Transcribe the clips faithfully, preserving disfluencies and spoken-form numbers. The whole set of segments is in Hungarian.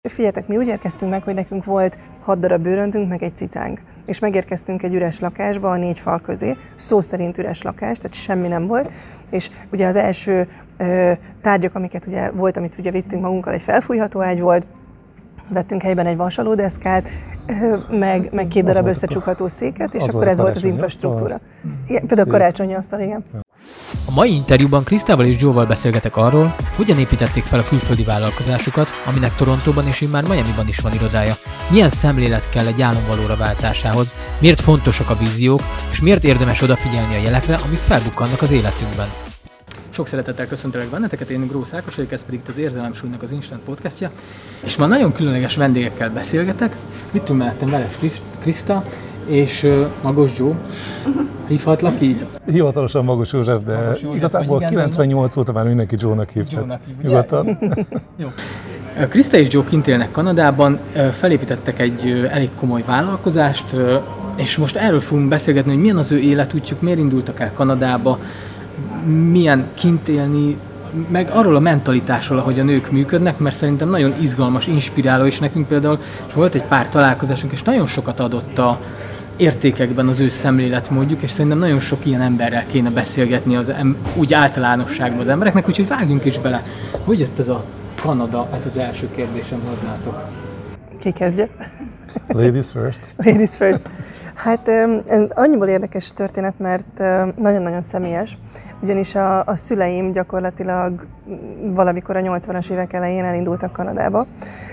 Figyeljetek, mi úgy érkeztünk meg, hogy nekünk volt hat darab bőröntünk, meg egy cicánk. És megérkeztünk egy üres lakásba a négy fal közé, szó szerint üres lakás, tehát semmi nem volt. És ugye az első ö, tárgyak, amiket ugye volt, amit ugye vittünk magunkkal, egy felfújható ágy volt, vettünk helyben egy vasalódeszkát, ö, meg, meg két darab összecsukható széket, és akkor ez volt az infrastruktúra. Igen, például a karácsonyi asztal, igen. A mai interjúban Krisztával és Joe-val beszélgetek arról, hogyan építették fel a külföldi vállalkozásukat, aminek Torontóban és immár Miamiban is van irodája, milyen szemlélet kell egy álomvalóra váltásához, miért fontosak a víziók, és miért érdemes odafigyelni a jelekre, amik felbukkannak az életünkben. Sok szeretettel köszöntelek benneteket, én Grósz Ákos vagyok, ez pedig itt az Érzelemsúlynak az Instant podcastja, és ma nagyon különleges vendégekkel beszélgetek. Itt ül mellettem Veres Kriszta és uh, Magos Joe. Hívhatlak így? Hivatalosan Magos József, de Magos József, igazából kilencvennyolc óta már mindenki Joe-nak hívhat. Nyugodtan. Jó. Kriszta és Joe kint élnek Kanadában, felépítettek egy elég komoly vállalkozást, és most erről fogunk beszélgetni, hogy milyen az ő életútjuk, miért indultak el Kanadába, milyen kint élni, meg arról a mentalitásról, ahogy a nők működnek, mert szerintem nagyon izgalmas, inspiráló, és nekünk például és volt egy pár találkozásunk, és nagyon sokat adott a értékekben az ő szemléletmódjuk, és szerintem nagyon sok ilyen emberrel kéne beszélgetni az, úgy általánosságban az embereknek, úgyhogy vágjunk is bele. Hogy jött ez a Kanada, ez az első kérdésem hozzátok? Ki kezdje? Ladies first. Ladies first. Hát ez annyiból érdekes történet, mert nagyon-nagyon személyes, ugyanis a, a szüleim gyakorlatilag valamikor a nyolcvanas évek elején elindultak Kanadába,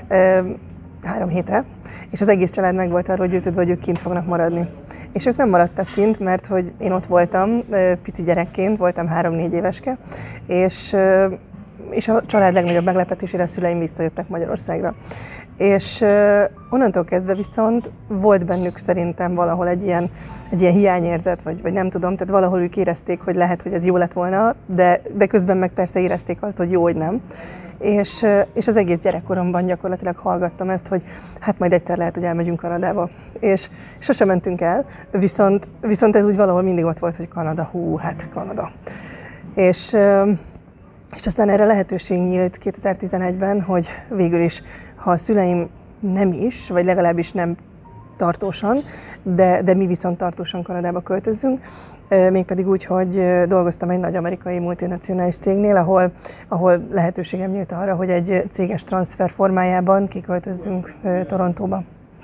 három hétre, és az egész család meg volt arról győződve, hogy ők kint fognak maradni. És ők nem maradtak kint, mert hogy én ott voltam, pici gyerekként, voltam három-négy éveske, és és a család legnagyobb meglepetésére a szüleim visszajöttek Magyarországra. És uh, onnantól kezdve viszont volt bennük szerintem valahol egy ilyen, egy ilyen hiányérzet, vagy, vagy nem tudom, tehát valahol ők érezték, hogy lehet, hogy ez jó lett volna, de, de közben meg persze érezték azt, hogy jó, hogy nem. És, uh, és az egész gyerekkoromban gyakorlatilag hallgattam ezt, hogy hát majd egyszer lehet, hogy elmegyünk Kanadába. És sosem mentünk el, viszont, viszont ez úgy valahol mindig ott volt, hogy Kanada, hú, hát Kanada. És... Uh, És aztán erre lehetőség nyílt kétezer-tizenegyben, hogy végül is, ha a szüleim nem is, vagy legalábbis nem tartósan, de, de mi viszont tartósan Kanadába költözünk, mégpedig úgy, hogy dolgoztam egy nagy amerikai multinacionális cégnél, ahol, ahol lehetőségem nyílt arra, hogy egy céges transfer formájában kiköltözzünk Torontóba.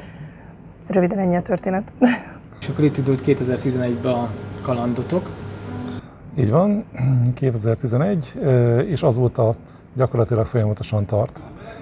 Röviden ennyi a történet. És akkor itt indult kétezer-tizenegyben a kalandotok. Így van, kétezer-tizenegy, és azóta gyakorlatilag folyamatosan tart.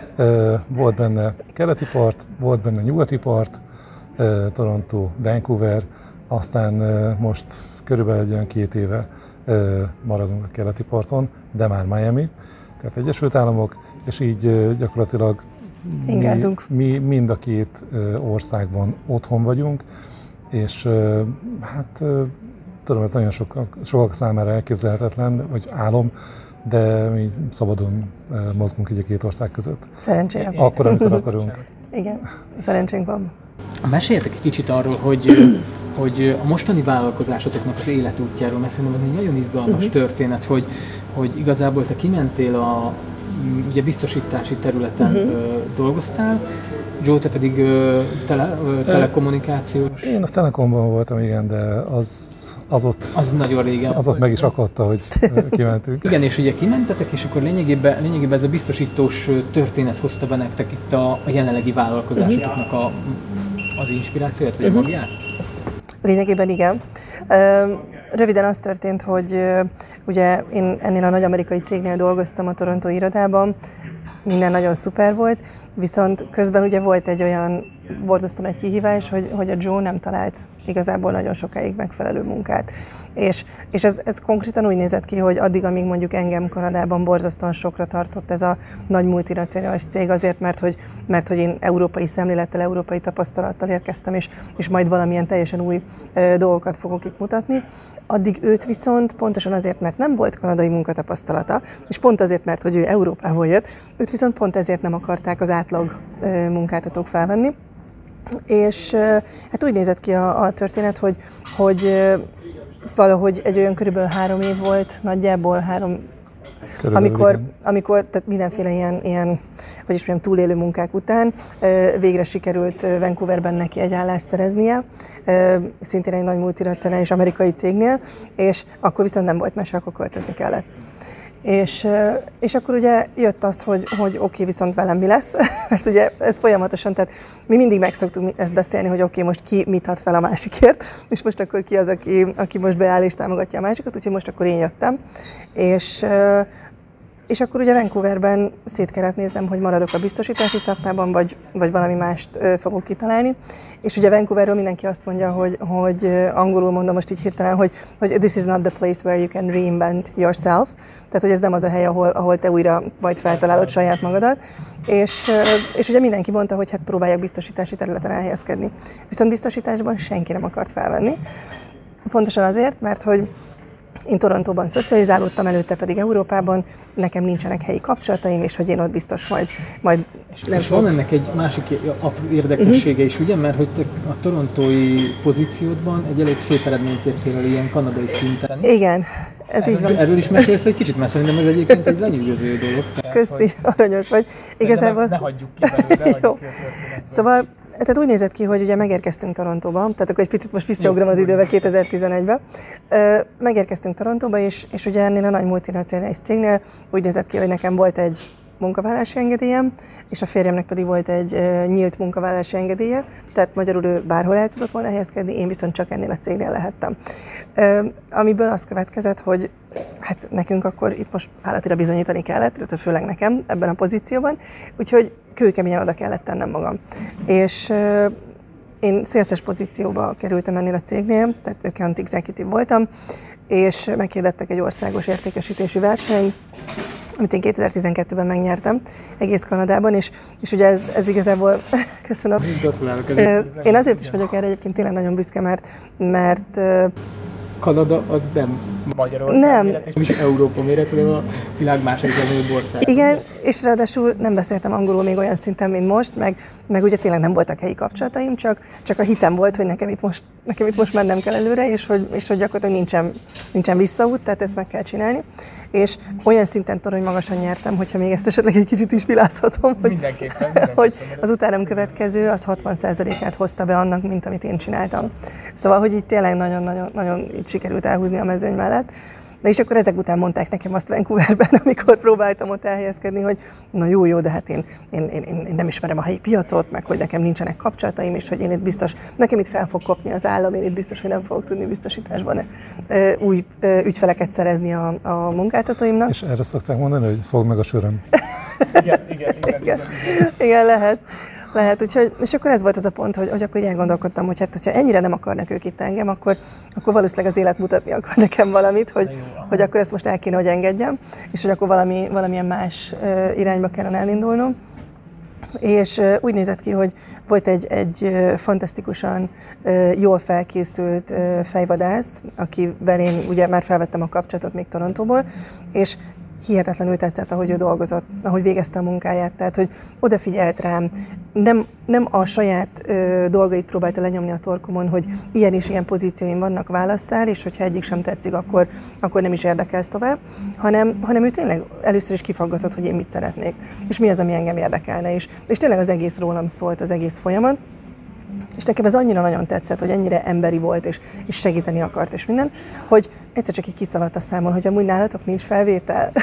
Volt benne keleti part, volt benne nyugati part, Toronto, Vancouver, aztán most körülbelül egy olyan két éve maradunk a keleti parton, de már Miami, tehát Egyesült Államok, és így gyakorlatilag mi, mi mind a két országban otthon vagyunk, és hát tudom, ez nagyon sokak, sokak számára elképzelhetetlen, vagy álom, de mi szabadon mozgunk így a két ország között. Szerencsére. Akkor, amikor akarunk. Igen, szerencsénk van. Meséljetek egy kicsit arról, hogy, hogy a mostani vállalkozásotoknak az életútjáról, mert szerintem ez egy nagyon izgalmas uh-huh. történet, hogy, hogy igazából te kimentél a ugye biztosítási területen uh-huh. dolgoztál, Joe, te pedig uh, tele, uh, telekommunikációs... Én a Telekomban voltam, igen, de az, az ott... Az nagyon régen. Az ott meg is akadta, hogy kimentünk. Igen, és ugye kimentetek, és akkor lényegében, lényegében ez a biztosítós történet hozta be nektek itt a, a jelenlegi vállalkozásotoknak a, az inspirációját, vagy a magját? Lényegében igen. Röviden az történt, hogy ugye én ennél a nagy amerikai cégnél dolgoztam a Toronto irodában, minden nagyon szuper volt, viszont közben ugye volt egy olyan borzasztó nagy kihívás, hogy, hogy a Joe nem talált igazából nagyon sokáig megfelelő munkát. És, és ez, ez konkrétan úgy nézett ki, hogy addig, amíg mondjuk engem Kanadában borzasztóan sokra tartott ez a nagy multinacionális cég, azért, mert hogy, mert hogy én európai szemlélettel, európai tapasztalattal érkeztem, és, és majd valamilyen teljesen új ö, dolgokat fogok itt mutatni. Addig őt viszont pontosan azért, mert nem volt kanadai munkatapasztalata, és pont azért, mert hogy ő Európából jött, őt viszont pont ezért nem akarták az átlag ö, munkáltatók felvenni. És hát úgy nézett ki a, a történet, hogy, hogy valahogy egy olyan körülbelül három év volt, nagyjából három, amikor, amikor, tehát mindenféle ilyen, ilyen hogy is mondjam, túlélő munkák után végre sikerült Vancouverben neki egy állást szereznie, szintén egy nagy multinacionális amerikai cégnél, és akkor viszont nem volt mese, akkor költözni kellett. És, és akkor ugye jött az, hogy, hogy oké, okay, viszont velem mi lesz, mert ugye ez folyamatosan, tehát mi mindig meg szoktuk ezt beszélni, hogy oké, okay, most ki mit ad fel a másikért, és most akkor ki az, aki, aki most beáll és támogatja a másikat, úgyhogy most akkor én jöttem. És, és akkor ugye Vancouverben szét kellett néznem, hogy maradok a biztosítási szakmában, vagy, vagy valami mást fogok kitalálni. És ugye Vancouverről mindenki azt mondja, hogy, hogy angolul mondom most így hirtelen, hogy, hogy this is not the place where you can reinvent yourself. Tehát, hogy ez nem az a hely, ahol, ahol te újra majd feltalálod saját magadat. És, és ugye mindenki mondta, hogy hát próbáljak biztosítási területen elhelyezkedni. Viszont biztosításban senki nem akart felvenni. Pontosan azért, mert hogy én Torontóban szocializálódtam, előtte pedig Európában, nekem nincsenek helyi kapcsolataim, és hogy én ott biztos majd... majd és és van ennek egy másik apró érdekessége uh-huh. is, ugye? Mert hogy te a torontói pozíciódban egy elég szép eredményt értél el ilyen kanadai szinten. Igen, ez erről, így van. Erről is mesélsz egy kicsit, mert szerintem ez egyébként egy lenyűgöző dolog. Tehát, Köszi, hogy... aranyos vagy. Igazából... Ne hagyjuk ki belőle, ne hagyjuk ki a Szóval, tehát úgy nézett ki, hogy ugye megérkeztünk Torontóba, tehát akkor egy picit most visszaugrom az időbe kétezer-tizenegybe. Megérkeztünk Torontóba, és, és ugye ennél a nagy multinacionális cégnél úgy nézett ki, hogy nekem volt egy munkavállalási engedélyem, és a férjemnek pedig volt egy uh, nyílt munkavállalási engedélye, tehát magyarul ő bárhol el tudott volna helyezkedni, én viszont csak ennél a cégnél lehettem. Uh, amiből az következett, hogy hát nekünk akkor itt most állatira bizonyítani kellett, illetve főleg nekem ebben a pozícióban, úgyhogy kőkeményen oda kellett tennem magam. És uh, én szélszes pozícióba kerültem ennél a cégnél, tehát account executive voltam, és meghirdettek egy országos értékesítési verseny, amit én kétezer-tizenkettőben megnyertem egész Kanadában, és, és ugye ez, ez igazából, köszönöm. Gratulálok ezért. Én azért is vagyok erre egyébként tényleg nagyon büszke, mert, mert Kanada az nem Magyarország nem. méret, és nem is Európa méret, hanem a világ második legnagyobb ország. Igen, és ráadásul nem beszéltem angolul még olyan szinten, mint most, meg, meg ugye tényleg nem voltak helyi kapcsolataim, csak, csak a hitem volt, hogy nekem itt most, nekem itt most mennem kell előre, és hogy, és hogy gyakorlatilag nincsen, nincsen visszaút, tehát ezt meg kell csinálni. És olyan szinten torony magasan nyertem, hogyha még ezt esetleg egy kicsit is vilázhatom, hogy, mindenképpen, mindenképpen. hogy az utánam következő az hatvan százalékát hozta be annak, mint amit én csináltam. Szóval, hogy így tényleg nagyon-nagyon nagyon így sikerült elhúzni a mezőny mellett. De és akkor ezek után mondták nekem azt Vancouverben, amikor próbáltam ott elhelyezkedni, hogy na jó, jó, de hát én, én, én, én nem ismerem a helyi piacot, meg hogy nekem nincsenek kapcsolataim, és hogy én itt biztos, nekem itt fel fog kopni az állam, én itt biztos, hogy nem fogok tudni biztosításban új ügyfeleket szerezni a, a munkáltatóimnak. És erre szokták mondani, hogy fogd meg a söröm. Igen, igen, igen, igen, igen. Igen, lehet. Lehet, úgyhogy, és akkor ez volt az a pont, hogy, hogy akkor így elgondolkodtam, hogy hát, hogyha ennyire nem akarnak ők itt engem, akkor, akkor valószínűleg az élet mutatni akar nekem valamit, hogy, hogy akkor ezt most el kéne, hogy engedjem, és hogy akkor valami, valamilyen más uh, irányba kellene elindulnom. És uh, úgy nézett ki, hogy volt egy, egy uh, fantasztikusan uh, jól felkészült uh, fejvadász, akivel én ugye már felvettem a kapcsolatot még Torontóból, és hihetetlenül tetszett, ahogy ő dolgozott, ahogy végezte a munkáját, tehát hogy odafigyelt rám, nem, nem a saját ö, dolgait próbálta lenyomni a torkomon, hogy ilyen és ilyen pozícióim vannak, válasszál, és hogyha egyik sem tetszik, akkor, akkor nem is érdekelsz tovább, hanem, hanem ő tényleg először is kifaggatott, hogy én mit szeretnék, és mi az, ami engem érdekelne, és, és tényleg az egész rólam szólt, az egész folyamat. És nekem ez annyira nagyon tetszett, hogy ennyire emberi volt, és, és segíteni akart, és minden, hogy egyszer csak így kiszaladt a számon, hogy amúgy nálatok nincs felvétel.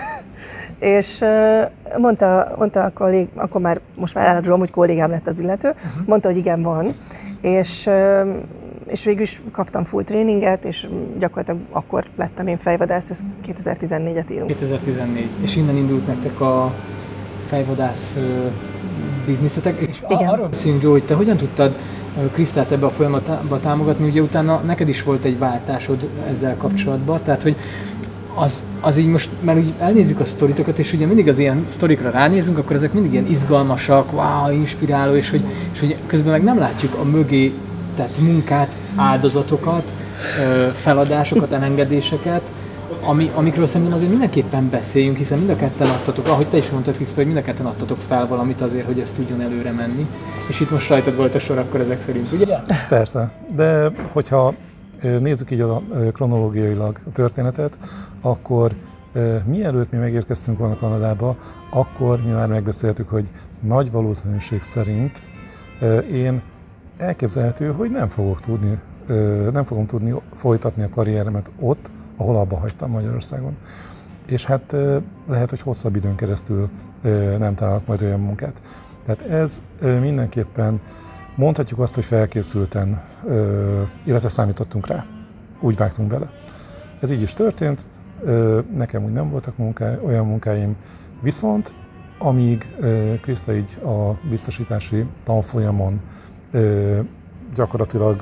És uh, mondta, mondta a kollég, akkor már, most már elárulom, hogy kollégám lett az illető, uh-huh. mondta, hogy igen, van. És, uh, és végül is kaptam full tréninget, és gyakorlatilag akkor lettem én fejvadász, ez kétezer-tizennégyet írunk. kétezer-tizennégy, és innen indult nektek a fejvadász uh, bizniszetek. És igen. Arról beszéljünk, Joe, hogy te hogyan tudtad Krisztát ebbe a folyamatba támogatni, ugye utána neked is volt egy váltásod ezzel kapcsolatban, tehát hogy az, az így most, mert úgy elnézzük a sztoritokat, és ugye mindig az ilyen sztorikra ránézünk, akkor ezek mindig ilyen izgalmasak, wow, inspiráló, és hogy, és hogy közben meg nem látjuk a mögé tett munkát, áldozatokat, feladásokat, elengedéseket, Ami, amikről szerintem azért mindenképpen beszéljünk, hiszen mind a ketten adtatok, ahogy te is mondtad, Kriszta, hogy mind a ketten adtatok fel valamit azért, hogy ez tudjon előre menni. És itt most rajtad volt a sor, akkor ezek szerint, ugye? Persze, de hogyha nézzük így a kronológiailag a történetet, akkor Mielőtt mi megérkeztünk volna Kanadába, akkor mi már megbeszéltük, hogy nagy valószínűség szerint én elképzelhető, hogy nem fogok tudni, nem fogom tudni folytatni a karrieremet ott, ahol abba hagytam Magyarországon. És hát lehet, hogy hosszabb időn keresztül nem találok majd olyan munkát. Tehát ez mindenképpen mondhatjuk azt, hogy felkészülten, illetve számítottunk rá. Úgy vágtunk bele. Ez így is történt, nekem úgy nem voltak munká, olyan munkáim, viszont amíg Kriszta így a biztosítási tanfolyamon gyakorlatilag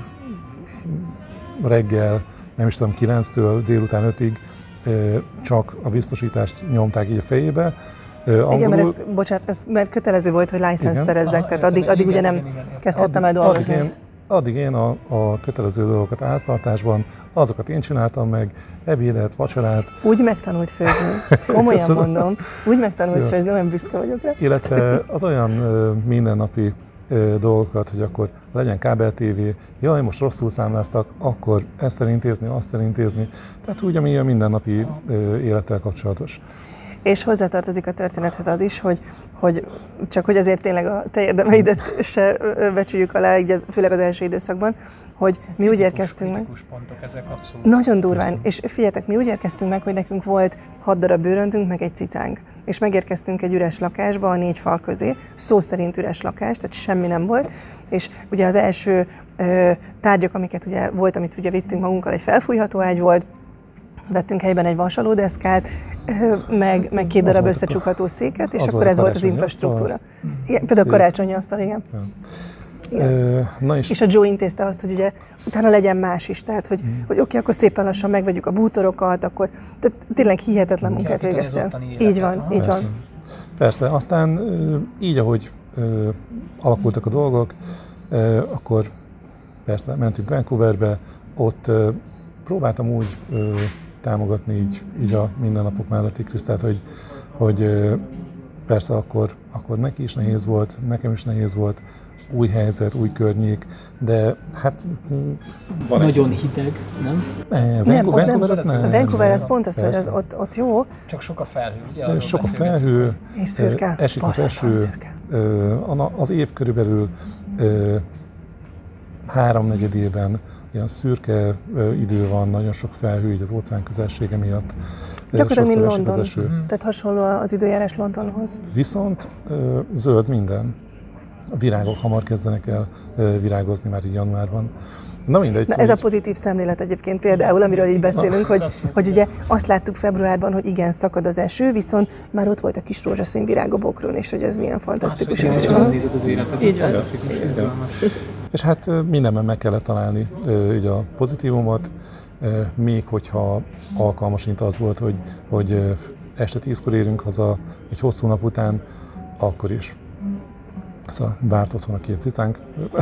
reggel, nem is tudom, kilenctől délután ötig csak a biztosítást nyomták így a fejébe. Angolul... Igen, mert ez, bocsánat, ez mert kötelező volt, hogy licensz szerezzek, tehát addig, addig ugye nem kezdhettem el dolgozni. Addig én, addig én a, a kötelező dolgokat a háztartásban, azokat én csináltam meg, ebédet, vacsorát. Úgy megtanult főzni, komolyan mondom, úgy megtanult ja. főzni, olyan büszke vagyok rá. Illetve az olyan mindennapi dolgokat, hogy akkor legyen kábel tévé, jaj, most rosszul számláztak, akkor ezt elintézni, azt elintézni. Tehát úgy, ami a mindennapi élettel kapcsolatos. És hozzátartozik a történethez az is, hogy, hogy csak hogy azért tényleg a te érdemeidet se becsüljük alá, főleg az első időszakban, hogy mi úgy érkeztünk meg. Pontok, ezek abszolút. Nagyon durván. És figyeljetek, mi úgy érkeztünk meg, hogy nekünk volt hat darab bőröntünk, meg egy cicánk. És megérkeztünk egy üres lakásba, a négy fal közé, szó szerint üres lakás, tehát semmi nem volt. És ugye az első ö, tárgyak, amiket ugye volt, amit ugye vittünk magunkkal, egy felfújható ágy volt, vettünk helyben egy vasalódeszkát, meg, meg két darab összecsukható széket, és az akkor ez volt az infrastruktúra. Igen, például a karácsonyi asztal, igen. Ja. Igen. Na és... és a Joe intézte azt, hogy ugye utána legyen más is, tehát hogy, hmm. hogy oké, okay, akkor szépen lassan megvegyük a bútorokat, akkor tehát tényleg hihetetlen munkát végeztél. Így van, így Persze. van. Persze, aztán így, ahogy alakultak a dolgok, akkor persze mentünk Vancouverbe, ott próbáltam úgy támogatni így, így a mindennapok melletti Krisztát, hogy, hogy persze akkor, akkor neki is nehéz volt, nekem is nehéz volt, új helyzet, új környék, de hát... Van nagyon egy... hideg, nem? Ne, nem, Vancouver az nem. A Vancouver az pont az, hogy az ott, ott jó. Csak sok a felhő, ugye? Sok a felhő, és szürke. Esik az eső. Az év körülbelül háromnegyedében ilyen szürke idő van, nagyon sok felhő, így az óceán közelsége miatt. Gyakorlatilag mint London, az eső. Tehát hasonló az időjárás Londonhoz. Viszont zöld minden. A virágok hamar kezdenek el virágozni már így januárban. Na mindegy. Na ez a pozitív szemlélet egyébként például, amiről így beszélünk, hogy, hogy ugye azt láttuk februárban, hogy igen, szakad az eső, viszont már ott volt a kis rózsaszín virág a bokron, és hogy ez milyen fantasztikus. Azt, hogy nézed az életet. Így van. És hát mindenben meg kellett találni így a pozitívumot, még hogyha alkalmasint az volt, hogy, hogy este tízkor érünk haza egy hosszú nap után, akkor is. Szóval várt otthon a két cicánk.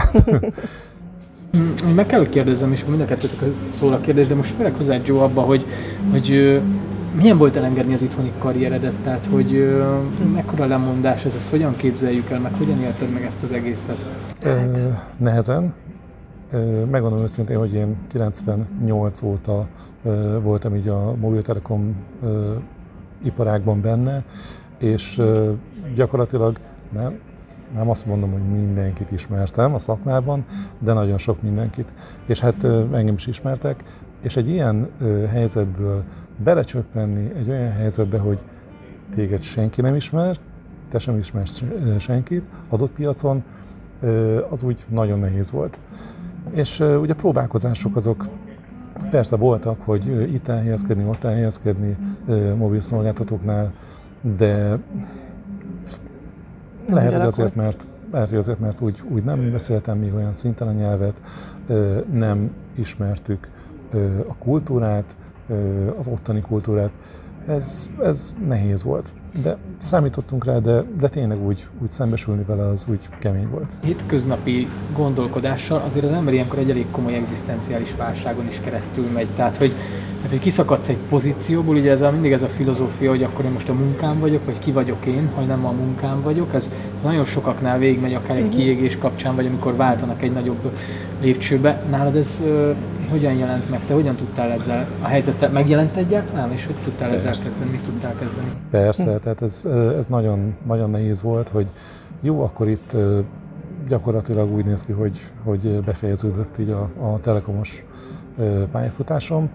Meg kell, hogy kérdezzem, és mind a kettőtök szól a kérdés, de most főleg hozzá Joe abba, hogy, hogy milyen volt elengedni az itthoni karrieredet, tehát hogy mekkora lemondás ez, ezt hogyan képzeljük el, meg hogyan élted meg ezt az egészet? Hát. Nehezen. Megmondom őszintén, hogy én kilencvennyolc óta voltam így a mobiltelekom iparágban benne, és gyakorlatilag nem, nem azt mondom, hogy mindenkit ismertem a szakmában, de nagyon sok mindenkit. És hát engem is ismertek, és egy ilyen helyzetből belecsöppenni egy olyan helyzetbe, hogy téged senki nem ismer, te sem ismersz senkit adott piacon, az úgy nagyon nehéz volt. És ugye a próbálkozások azok persze voltak, hogy itt elhelyezkedni, ott elhelyezkedni mobil szolgáltatóknál, de lehet, hogy azért, mert, lehet, hogy azért, mert úgy, úgy nem beszéltem még olyan szinten a nyelvet, nem ismertük a kultúrát, az ottani kultúrát. Ez, ez nehéz volt, de számítottunk rá, de, de tényleg úgy, úgy szembesülni vele, az úgy kemény volt. Hétköznapi gondolkodással azért az ember ilyenkor egy elég komoly egzisztenciális válságon is keresztül megy. Tehát, hogy, tehát, hogy kiszakadsz egy pozícióból, ugye ez a, mindig ez a filozófia, hogy akkor én most a munkám vagyok, vagy ki vagyok én, ha nem a munkám vagyok. Ez, ez nagyon sokaknál végigmegy, akár egy kiégés kapcsán, vagy amikor váltanak egy nagyobb lépcsőbe. Nálad ez hogyan jelent meg? Te hogyan tudtál ezzel a helyzettel? Megjelent egyáltalán, és hogy tudtál ezzel Persze. kezdeni? Mit tudtál kezdeni? Persze, tehát ez, ez nagyon, nagyon nehéz volt, hogy jó, akkor itt gyakorlatilag úgy néz ki, hogy, hogy befejeződött így a, a telekomos pályafutásom.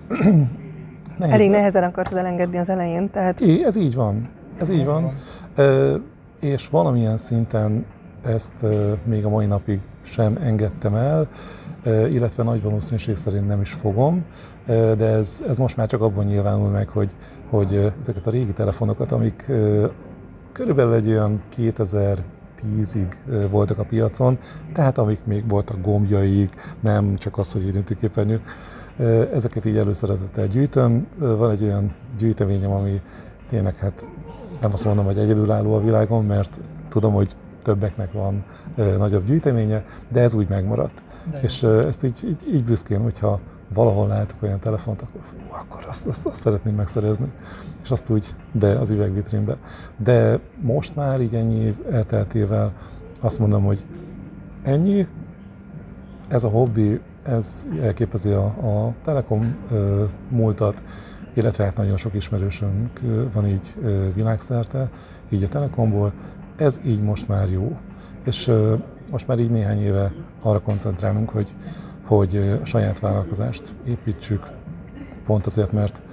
Nehéz Elég volt. Nehezen akartad elengedni az elején, tehát... É, ez így van, ez így van. E, és valamilyen szinten ezt e, még a mai napig sem engedtem el, e, illetve nagy valószínűség szerint nem is fogom, e, de ez, ez most már csak abban nyilvánul meg, hogy, hogy ezeket a régi telefonokat, amik e, körülbelül egy olyan kétezer-tízig voltak a piacon, tehát amik még voltak gombjaik, nem csak az, hogy érintőképernyő, ezeket így előszeretettel gyűjtöm. Van egy olyan gyűjteményem, ami tényleg, hát nem azt mondom, hogy egyedülálló a világon, mert tudom, hogy többeknek van nagyobb gyűjteménye, de ez úgy megmaradt. De és ezt így, így, így büszkén, hogyha valahol látok olyan telefont, akkor, fú, akkor azt, azt, azt szeretném megszerezni. És azt úgy be az üvegvitrínbe. De most már így ennyi év elteltével azt mondom, hogy ennyi, ez a hobbi, ez elképezi a, a Telekom ö, múltat, illetve hát nagyon sok ismerősünk van így ö, világszerte, így a Telekomból. Ez így most már jó. És ö, most már így néhány éve arra koncentrálunk, hogy, hogy a saját vállalkozást építsük, pont azért, mert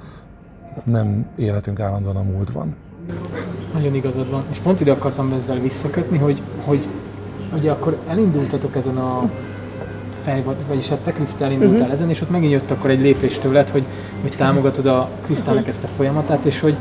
nem életünk állandóan a múltban. Nagyon igazad van. És pont ide akartam ezzel visszakötni, hogy, hogy ugye akkor elindultatok ezen a fej, vagyis hát te Kriszta elindultál uh-huh. ezen, és ott megint jött akkor egy lépés tőled, hogy, hogy támogatod a Krisztának ezt a folyamatát, és hogy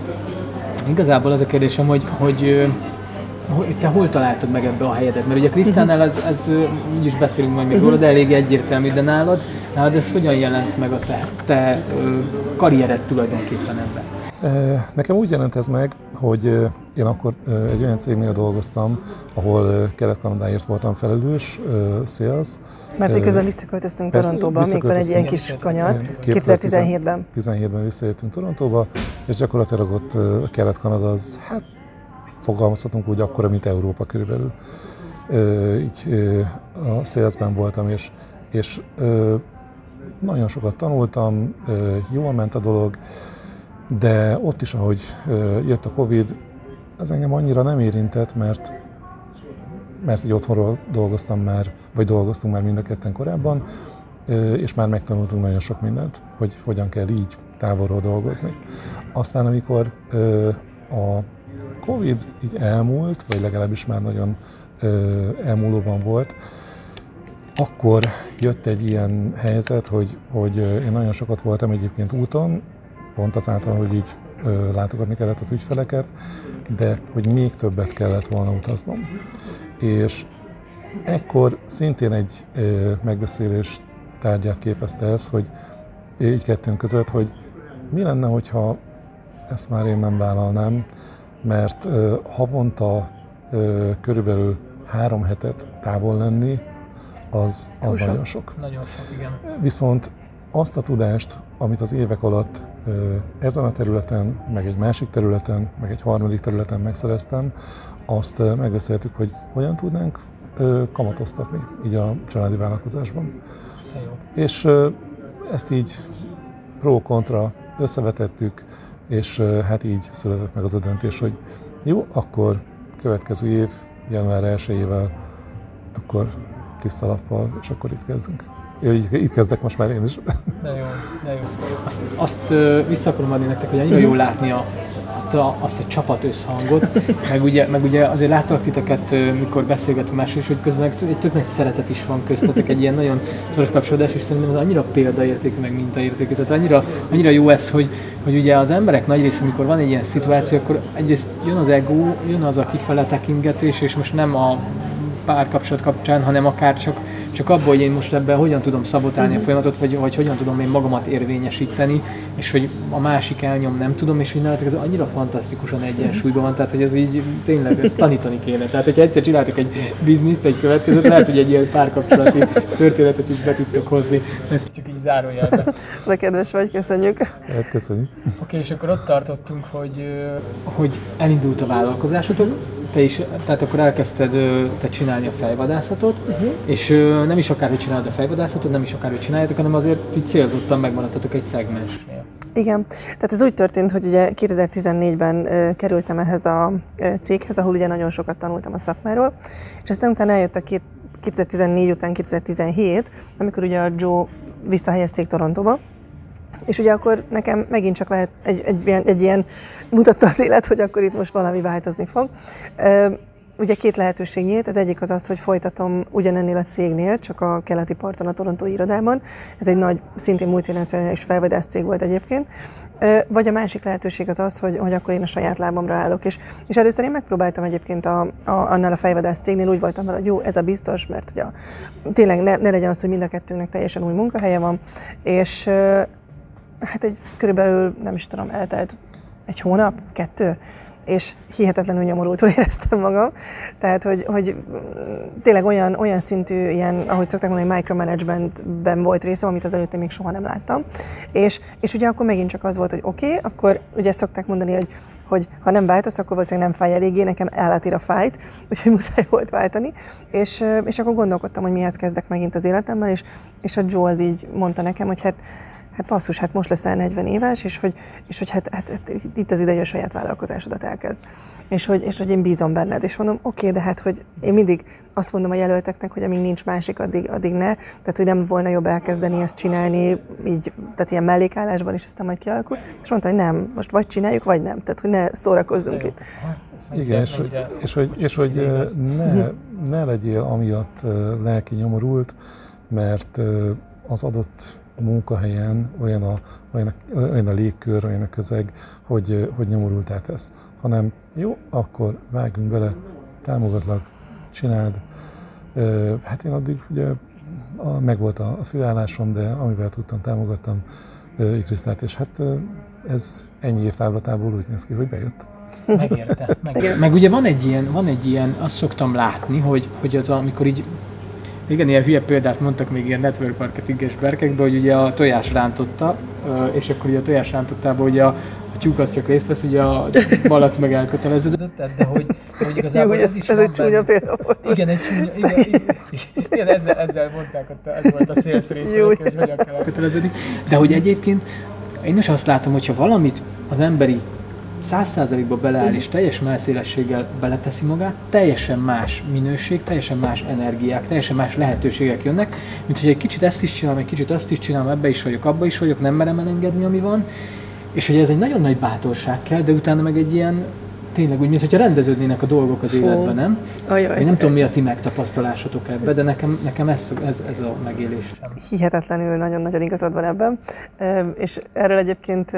igazából az a kérdésem, hogy, hogy, hogy te hol találtad meg ebbe a helyedet? Mert ugye Krisztánál ez, ez így is beszélünk majd még uh-huh. róla, de elég egyértelmű, de nálad, nálad ez hogyan jelent meg a te, te karriered tulajdonképpen ebben? Nekem úgy jelent ez meg, hogy én akkor egy olyan cégnél dolgoztam, ahol Kelet-Kanadáért voltam felelős, sales. Mert egy közben visszaköltöztünk Torontóba, még van egy ilyen kis kanyar, kétezer-tizenhétben. tizenhétben visszajöttünk Torontóba, és gyakorlatilag ott Kelet-Kanada az, hát fogalmazhatunk úgy akkora, mint Európa körülbelül. Így a salesben voltam, és, és nagyon sokat tanultam, jól ment a dolog, de ott is, ahogy jött a Covid, ez engem annyira nem érintett, mert, mert így otthonról dolgoztam már, vagy dolgoztunk már mind a ketten korábban, és már megtanultunk nagyon sok mindent, hogy hogyan kell így távolról dolgozni. Aztán, amikor a Covid így elmúlt, vagy legalábbis már nagyon elmúlóban volt, akkor jött egy ilyen helyzet, hogy, hogy én nagyon sokat voltam egyébként úton, pont azáltal, hogy így ö, látogatni kellett az ügyfeleket, de hogy még többet kellett volna utaznom. És ekkor szintén egy ö, megbeszélés tárgyát képezte ez, hogy így kettőnk között, hogy mi lenne, hogyha ezt már én nem vállalnám, mert ö, havonta ö, körülbelül három hetet távol lenni, az, az sok. nagyon sok. Nagyon sok, igen. Viszont azt a tudást, amit az évek alatt ezen a területen, meg egy másik területen, meg egy harmadik területen megszereztem, azt megbeszéltük, hogy hogyan tudnánk kamatoztatni így a családi vállalkozásban. És ezt így pro-kontra összevetettük, és hát így született meg az a döntés, hogy jó, akkor következő év, január elsejével, akkor tiszta lappal, és akkor itt kezdünk. Jó, itt kezdek most már én is. De jó, de jó. Azt, azt vissza akarom adni nektek, hogy annyira jó látni a, azt, a, azt a csapat összhangot, meg ugye, meg ugye azért láttalak titeket, mikor beszélgetünk másról is, hogy közben egy tök nagy szeretet is van köztetek, egy ilyen nagyon szoros kapcsolódás, és szerintem ez annyira példaértékű, meg mintaértékű. Tehát annyira, annyira jó ez, hogy, hogy ugye az emberek nagy része, amikor van egy ilyen szituáció, akkor egyrészt jön az ego, jön az a kifele tekingetés, és most nem a párkapcsolat kapcsán, hanem akár csak, csak abból, hogy én most ebben hogyan tudom szabotálni a folyamatot, vagy, vagy hogyan tudom én magamat érvényesíteni, és hogy a másik elnyom nem tudom, és hogy nálatok ez annyira fantasztikusan egyensúlyban van, tehát hogy ez így tényleg ezt tanítani kéne. Tehát, hogyha egyszer csináltok egy bizniszt, egy következőt, lehet, hogy egy ilyen párkapcsolati történetet is be tudtok hozni. Ezt csak így zárójelben. De kedves vagy, köszönjük. Hát köszönjük. Oké, okay, és akkor ott tartottunk, hogy, hogy elindult a vállalkozásotok, te is, tehát akkor elkezdted te csinálni a fejvadászatot, uh-huh. és nem is akárhogy csinálod a fejvadászatot, nem is akárhogy csináljátok, hanem azért így célzottan megmaradtatok egy szegmensnél. Igen, tehát ez úgy történt, hogy ugye kétezer-tizennégyben uh, kerültem ehhez a uh, céghez, ahol ugye nagyon sokat tanultam a szakmáról, és aztán utána eljött a két, kétezer-tizennégy után kétezer-tizenhét, amikor ugye a Joe visszahelyezték Torontóba, és ugye akkor nekem megint csak lehet egy, egy, egy, egy ilyen, mutatta az élet, hogy akkor itt most valami változni fog. Uh, Ugye két lehetőség nyílt, az egyik az az, hogy folytatom ugyanennél a cégnél, csak a keleti parton, a torontói irodában. Ez egy nagy, szintén multinacionális felvadász cég volt egyébként. Vagy a másik lehetőség az az, hogy, hogy akkor én a saját lábamra állok. És, és először én megpróbáltam egyébként a, a, annál a fejvadász cégnél, úgy voltam vele, hogy jó, ez a biztos, mert ugye tényleg ne, ne legyen az, hogy mind a kettőnknek teljesen új munkahelye van. És hát egy körülbelül, nem is tudom, eltelt egy hónap, kettő, és hihetetlenül nyomorultul éreztem magam. Tehát, hogy, hogy tényleg olyan, olyan szintű, ilyen, ahogy szokták mondani, micromanagementben volt részem, amit az előtte még soha nem láttam. És, és ugye akkor megint csak az volt, hogy oké, okay, akkor ugye szokták mondani, hogy, hogy ha nem váltasz, akkor valószínűleg nem fáj eléggé, nekem állatira fájt, úgyhogy muszáj volt váltani. És, és akkor gondolkodtam, hogy mihez kezdek megint az életemmel, és, és a Joe az így mondta nekem, hogy hát Hát basszus, hát most leszel negyven éves, és hogy, és hogy hát, hát, hát itt az ideje, hogy a saját vállalkozásodat elkezd. És hogy, és hogy én bízom benned. És mondom, oké, okay, de hát, hogy én mindig azt mondom a jelölteknek, hogy amíg nincs másik, addig, addig ne. Tehát, hogy nem volna jobb elkezdeni ezt csinálni, így, tehát ilyen mellékállásban is aztán majd kialakul. És mondta, hogy nem, most vagy csináljuk, vagy nem. Tehát, hogy ne szórakozzunk itt. Igen, és, és, hogy, és hogy ne, ne legyél amiatt lelki nyomorult, mert az adott munkahelyen olyan a, olyan, a, olyan a légkör, olyan a közeg, hogy, hogy nyomorultá tesz. Hanem jó, akkor vágjunk bele, támogatlak, csináld. Hát én addig ugye a, megvolt a, a főállásom, de amivel tudtam, támogattam Ikrisztát, és hát ez ennyi év távlatából úgy néz ki, hogy bejött. Megérte, megérte. Meg ugye van egy ilyen, van egy ilyen, azt szoktam látni, hogy, hogy az, amikor így igen, ilyen hülye példát mondtak még ilyen network marketinges berkekben, hogy ugye a tojás rántotta, és akkor ugye a tojás rántottában ugye a, a tyúk az csak részt vesz, ugye a malac meg elköteleződött. De hogy, hogy igazából jó, ez is ez egy csúnya példa volt. Igen, egy csúnya, igen, igen, ezzel, ezzel mondták, hogy ez volt a szélsz része, hogy hogyan kell elköteleződni. De hogy egyébként én is azt látom, hogyha valamit az ember így száz százalékba beleáll és teljes mellszélességgel beleteszi magát, teljesen más minőség, teljesen más energiák, teljesen más lehetőségek jönnek, mint hogy egy kicsit ezt is csinálom, egy kicsit azt is csinálom, ebbe is vagyok, abba is vagyok, nem merem elengedni, ami van, és hogy ez egy nagyon nagy bátorság kell, de utána meg egy ilyen, tényleg úgy, mintha rendeződnének a dolgok az életben, nem? Ajaj. Én nem tudom, mi a ti megtapasztalásotok ebbe, de nekem, nekem ez, ez, ez a megélés. Hihetetlenül nagyon-nagyon igazad van ebben, és erről egyébként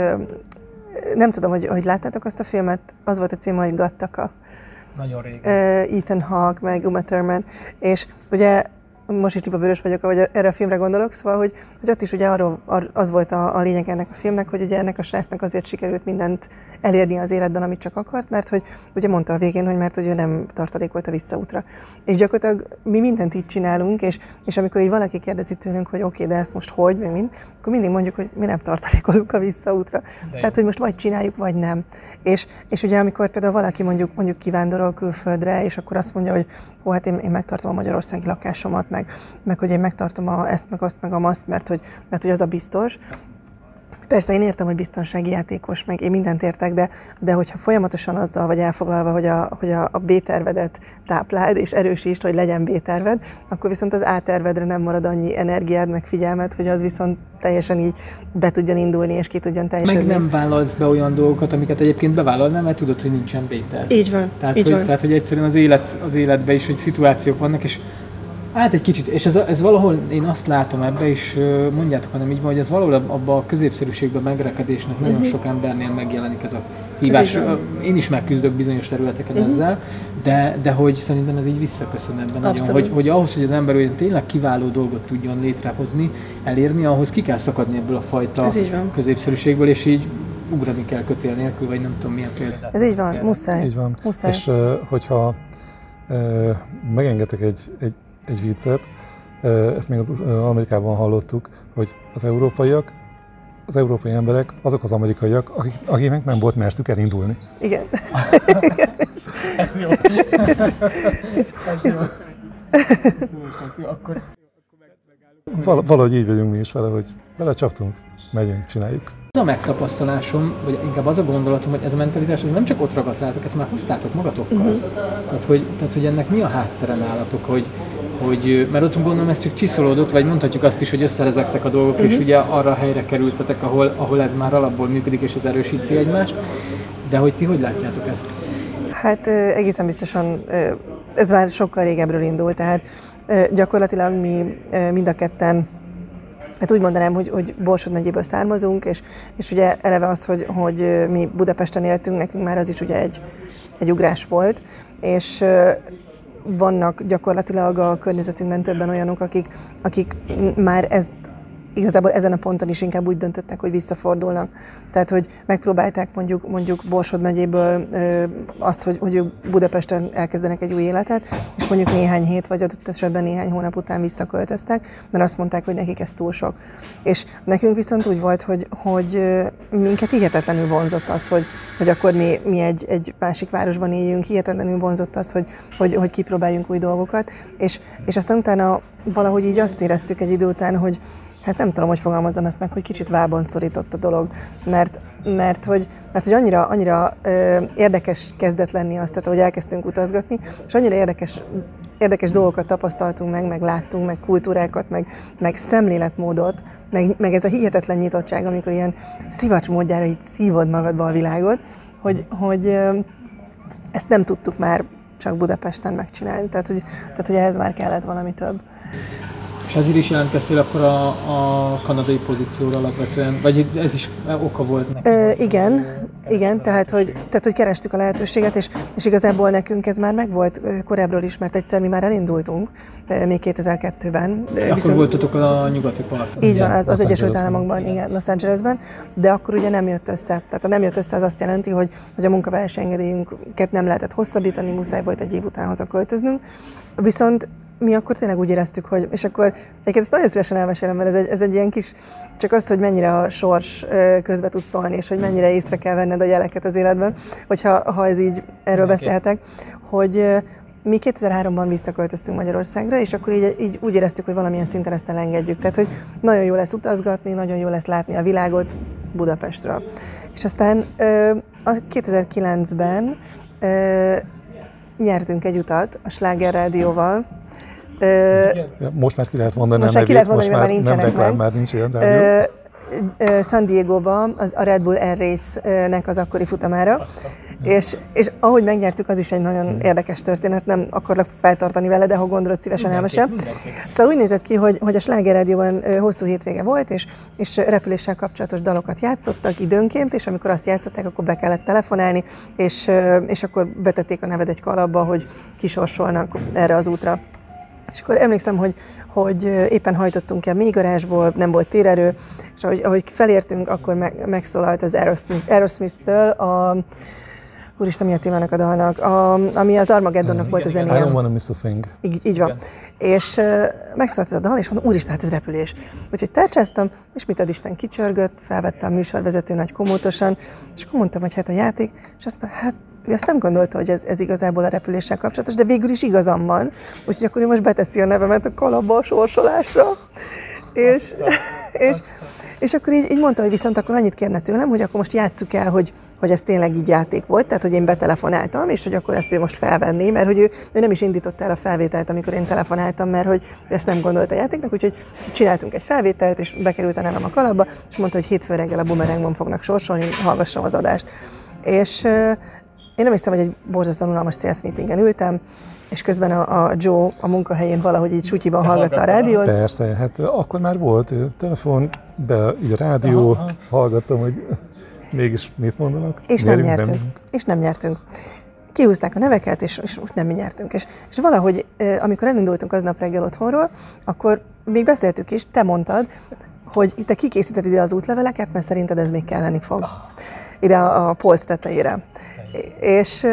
nem tudom, hogy, hogy láttátok azt a filmet, az volt a címe, hogy Gattaca. Nagyon régen. Ethan Hawke, meg Uma Thurman, és ugye most is bőrös vagyok, ahogy erre a filmre gondolok, szóval, hogy, hogy ott is ugye arról, az volt a, a lényeg ennek a filmnek, hogy ugye ennek a srácnak azért sikerült mindent elérni az életben, amit csak akart, mert hogy ugye mondta a végén, hogy mert hogy ő nem tartalékolt a visszaútra. És gyakorlatilag mi mindent így csinálunk, és, és amikor így valaki kérdezi tőlünk, hogy oké, okay, de ezt most hogy, meg mind, akkor mindig mondjuk, hogy mi nem tartalékolunk a visszaútra. Tehát, hogy most vagy csináljuk, vagy nem. És, és ugye amikor például valaki mondjuk, mondjuk kivándorol külföldre, és akkor azt mondja, hogy ó, hát én, én megtartom a magyarországi lakásomat, meg, meg hogy én megtartom a, ezt, meg azt, meg a azt, mert hogy, mert hogy az a biztos. Persze én értem, hogy biztonsági játékos, meg én mindent értek, de, de hogyha folyamatosan azzal vagy elfoglalva, hogy a, hogy a, a B-tervedet tápláld és erősítsd, hogy legyen B-terved, akkor viszont az A-tervedre nem marad annyi energiád, meg figyelmed, hogy az viszont teljesen így be tudjon indulni és ki tudjon teljesedni. Meg nem vállalsz be olyan dolgokat, amiket egyébként bevállalnál, mert tudod, hogy nincsen B-terv. Így van, tehát, így hogy, van. Tehát, hogy egyszerűen az, élet, az életben is, hogy szituációk vannak, és hát egy kicsit, és ez, ez valahol én azt látom ebbe, és mondjátok, hanem így van, hogy ez valahol abban a középszerűségben megrekedésnek nagyon uh-huh. sok embernél megjelenik ez a hívás. Ez én is megküzdök bizonyos területeken uh-huh. ezzel, de, de hogy szerintem ez így visszaköszön ebben nagyon, hogy, hogy ahhoz, hogy az ember olyan tényleg kiváló dolgot tudjon létrehozni, elérni, ahhoz ki kell szakadni ebből a fajta középszerűségből, és így ugrani kell kötél nélkül, vagy nem tudom milyen példa. Ez így van, muszáj. Így van. Muszáj. És hogyha megengedtek egy, egy egy viccet, ezt még az Amerikában hallottuk, hogy az európaiak az európai emberek azok az amerikaiak, akik, akiknek nem volt mertük elindulni. Igen. Ez jó. Ez jó. Akkor Val- valahogy így vagyunk mi is vele, hogy belecsaptunk, megyünk, csináljuk. Az a megtapasztalásom, vagy inkább az a gondolatom, hogy ez a mentalitás, ez nem csak ott ragadt rátok, ezt már hoztátok magatokkal. Uh-huh. Tehát, hogy, tehát, hogy ennek mi a háttere nálatok, hogy, hogy, mert ott gondolom ez csak csiszolódott, vagy mondhatjuk azt is, hogy összerezektek a dolgok, uh-huh. és ugye arra a helyre kerültetek, ahol, ahol ez már alapból működik, és ez erősíti egymást. De hogy ti hogy látjátok ezt? Hát egészen biztosan ez már sokkal régebről indult, tehát gyakorlatilag mi mind a ketten, hát úgy mondanám, hogy, hogy Borsod megyéből származunk, és, és ugye eleve az, hogy, hogy mi Budapesten éltünk, nekünk már az is ugye egy, egy ugrás volt, és vannak gyakorlatilag a környezetünkben többen olyanok, akik, akik már ezt igazából ezen a ponton is inkább úgy döntöttek, hogy visszafordulnak. Tehát, hogy megpróbálták mondjuk, mondjuk Borsod megyéből ö, azt, hogy, hogy ők Budapesten elkezdenek egy új életet, és mondjuk néhány hét vagy adott esetben néhány hónap után visszaköltöztek, mert azt mondták, hogy nekik ez túl sok. És nekünk viszont úgy volt, hogy, hogy minket hihetetlenül vonzott az, hogy, hogy akkor mi, mi egy, egy másik városban éljünk, hihetetlenül vonzott az, hogy, hogy, hogy kipróbáljunk új dolgokat, és, és aztán utána valahogy így azt éreztük egy idő után, hogy hát nem tudom, hogy fogalmazzam ezt meg, hogy kicsit vábon szorított a dolog, mert, mert hogy, mert, hogy annyira, annyira ö, érdekes kezdett lenni azt, tehát, hogy elkezdtünk utazgatni, és annyira érdekes, érdekes dolgokat tapasztaltunk meg, meg láttunk, meg kultúrákat, meg, meg szemléletmódot, meg, meg ez a hihetetlen nyitottság, amikor ilyen szivacs módjára így szívod magadba a világot, hogy, hogy ö, ezt nem tudtuk már csak Budapesten megcsinálni, tehát hogy, tehát, hogy ehhez már kellett valami több. És ezért is jelentkeztél akkor a, a kanadai pozícióra alapvetően, vagy ez is oka volt neki? Ö, igen, igen, tehát hogy, tehát hogy kerestük a lehetőséget, és, és igazából nekünk ez már megvolt korábbról is, mert egyszer mi már elindultunk, még kétezer-kettőben. Akkor viszont voltatok a nyugati parton. Így van, az, az Egyesült Államokban, igen, Los Angelesben, de akkor ugye nem jött össze. Tehát ha nem jött össze, az azt jelenti, hogy, hogy a munkavállalási engedélyünket nem lehetett hosszabbítani, muszáj volt egy év után hazaköltöznünk. Viszont mi akkor tényleg úgy éreztük, hogy, és akkor egyébként ezt nagyon szívesen elmesélem, mert ez egy, ez egy ilyen kis, csak az, hogy mennyire a sors közbe tud szólni, és hogy mennyire észre kell venned a jeleket az életben, hogyha ha ez így, erről okay. beszélhetek, hogy mi kétezer-háromban visszaköltöztünk Magyarországra, és akkor így, így úgy éreztük, hogy valamilyen szinten ezt elengedjük. Tehát, hogy nagyon jó lesz utazgatni, nagyon jó lesz látni a világot Budapestről. És aztán a kétezer-kilencben nyertünk egy utat a Sláger Rádióval. Most már ki lehet mondani most a nevét, ki lehet mondani, most már nincsenek nem reklám, meg. már nincs ilyen rádió. San Diego-ba az, a Red Bull Air Race-nek az akkori futamára, és, és ahogy megnyertük, az is egy nagyon hmm. érdekes történet, nem akarok feltartani vele, de ha gondolod, szívesen elmesel. Szóval úgy nézett ki, hogy, hogy a Sláger Rádióban hosszú hétvége volt, és, és repüléssel kapcsolatos dalokat játszottak időnként, és amikor azt játszották, akkor be kellett telefonálni, és, és akkor betették a neved egy kalapba, hogy kisorsolnak erre az útra. És akkor emlékszem, hogy, hogy éppen hajtottunk el mélygarázsból, nem volt térerő, és ahogy, ahogy felértünk, akkor meg, megszólalt az Aerosmith, Aerosmith-től a... Úristen, mi a címának a dalnak? A, ami az Armageddonnak volt a zenéje. I don't wanna miss a thing. Így, így van. Igen. És uh, megszólalt ez a dal, és mondom, úristen, hát ez repülés. Úgyhogy tárcsáztam, és mit ad Isten kicsörgött, felvettem a műsorvezető nagy komótosan, és akkor mondtam, hogy hát a játék, és azt hát ő azt nem gondolta, hogy ez, ez igazából a repüléssel kapcsolatos, de végül is igazam van. Úgyhogy akkor ő most beteszi a nevemet a kalapba a sorsolásra. És, és, és akkor így, így mondta, hogy viszont akkor annyit kérne tőlem, hogy akkor most játsszuk el, hogy, hogy ez tényleg így játék volt, tehát hogy én betelefonáltam, és hogy akkor ezt ő most felvenné, mert hogy ő, ő nem is indította el a felvételt, amikor én telefonáltam, mert hogy ő ezt nem gondolta a játéknak, úgyhogy csináltunk egy felvételt, és bekerült a nevem a kalapba, és mondta, hogy hétfő reggel a Boomerangban fognak sorsolni, hallgassam az adást. És én nem hiszem, hogy egy borzasztóan unalmas sales meetingen ültem, és közben a, a Joe a munkahelyén valahogy így sutyiban hallgatta a rádiót. Persze, hát akkor már volt telefon, be így a rádió, aha, aha. Hallgattam, hogy mégis mit mondanak. És nem nyertünk. Nem. És nem nyertünk. Kihúzták a neveket, és, és nem mi nyertünk. És, és valahogy, amikor elindultunk aznap reggel otthonról, akkor még beszéltük is, te mondtad, hogy te kikészíted ide az útleveleket, mert szerinted ez még kelleni fog. Ide a, a polc tetejére. És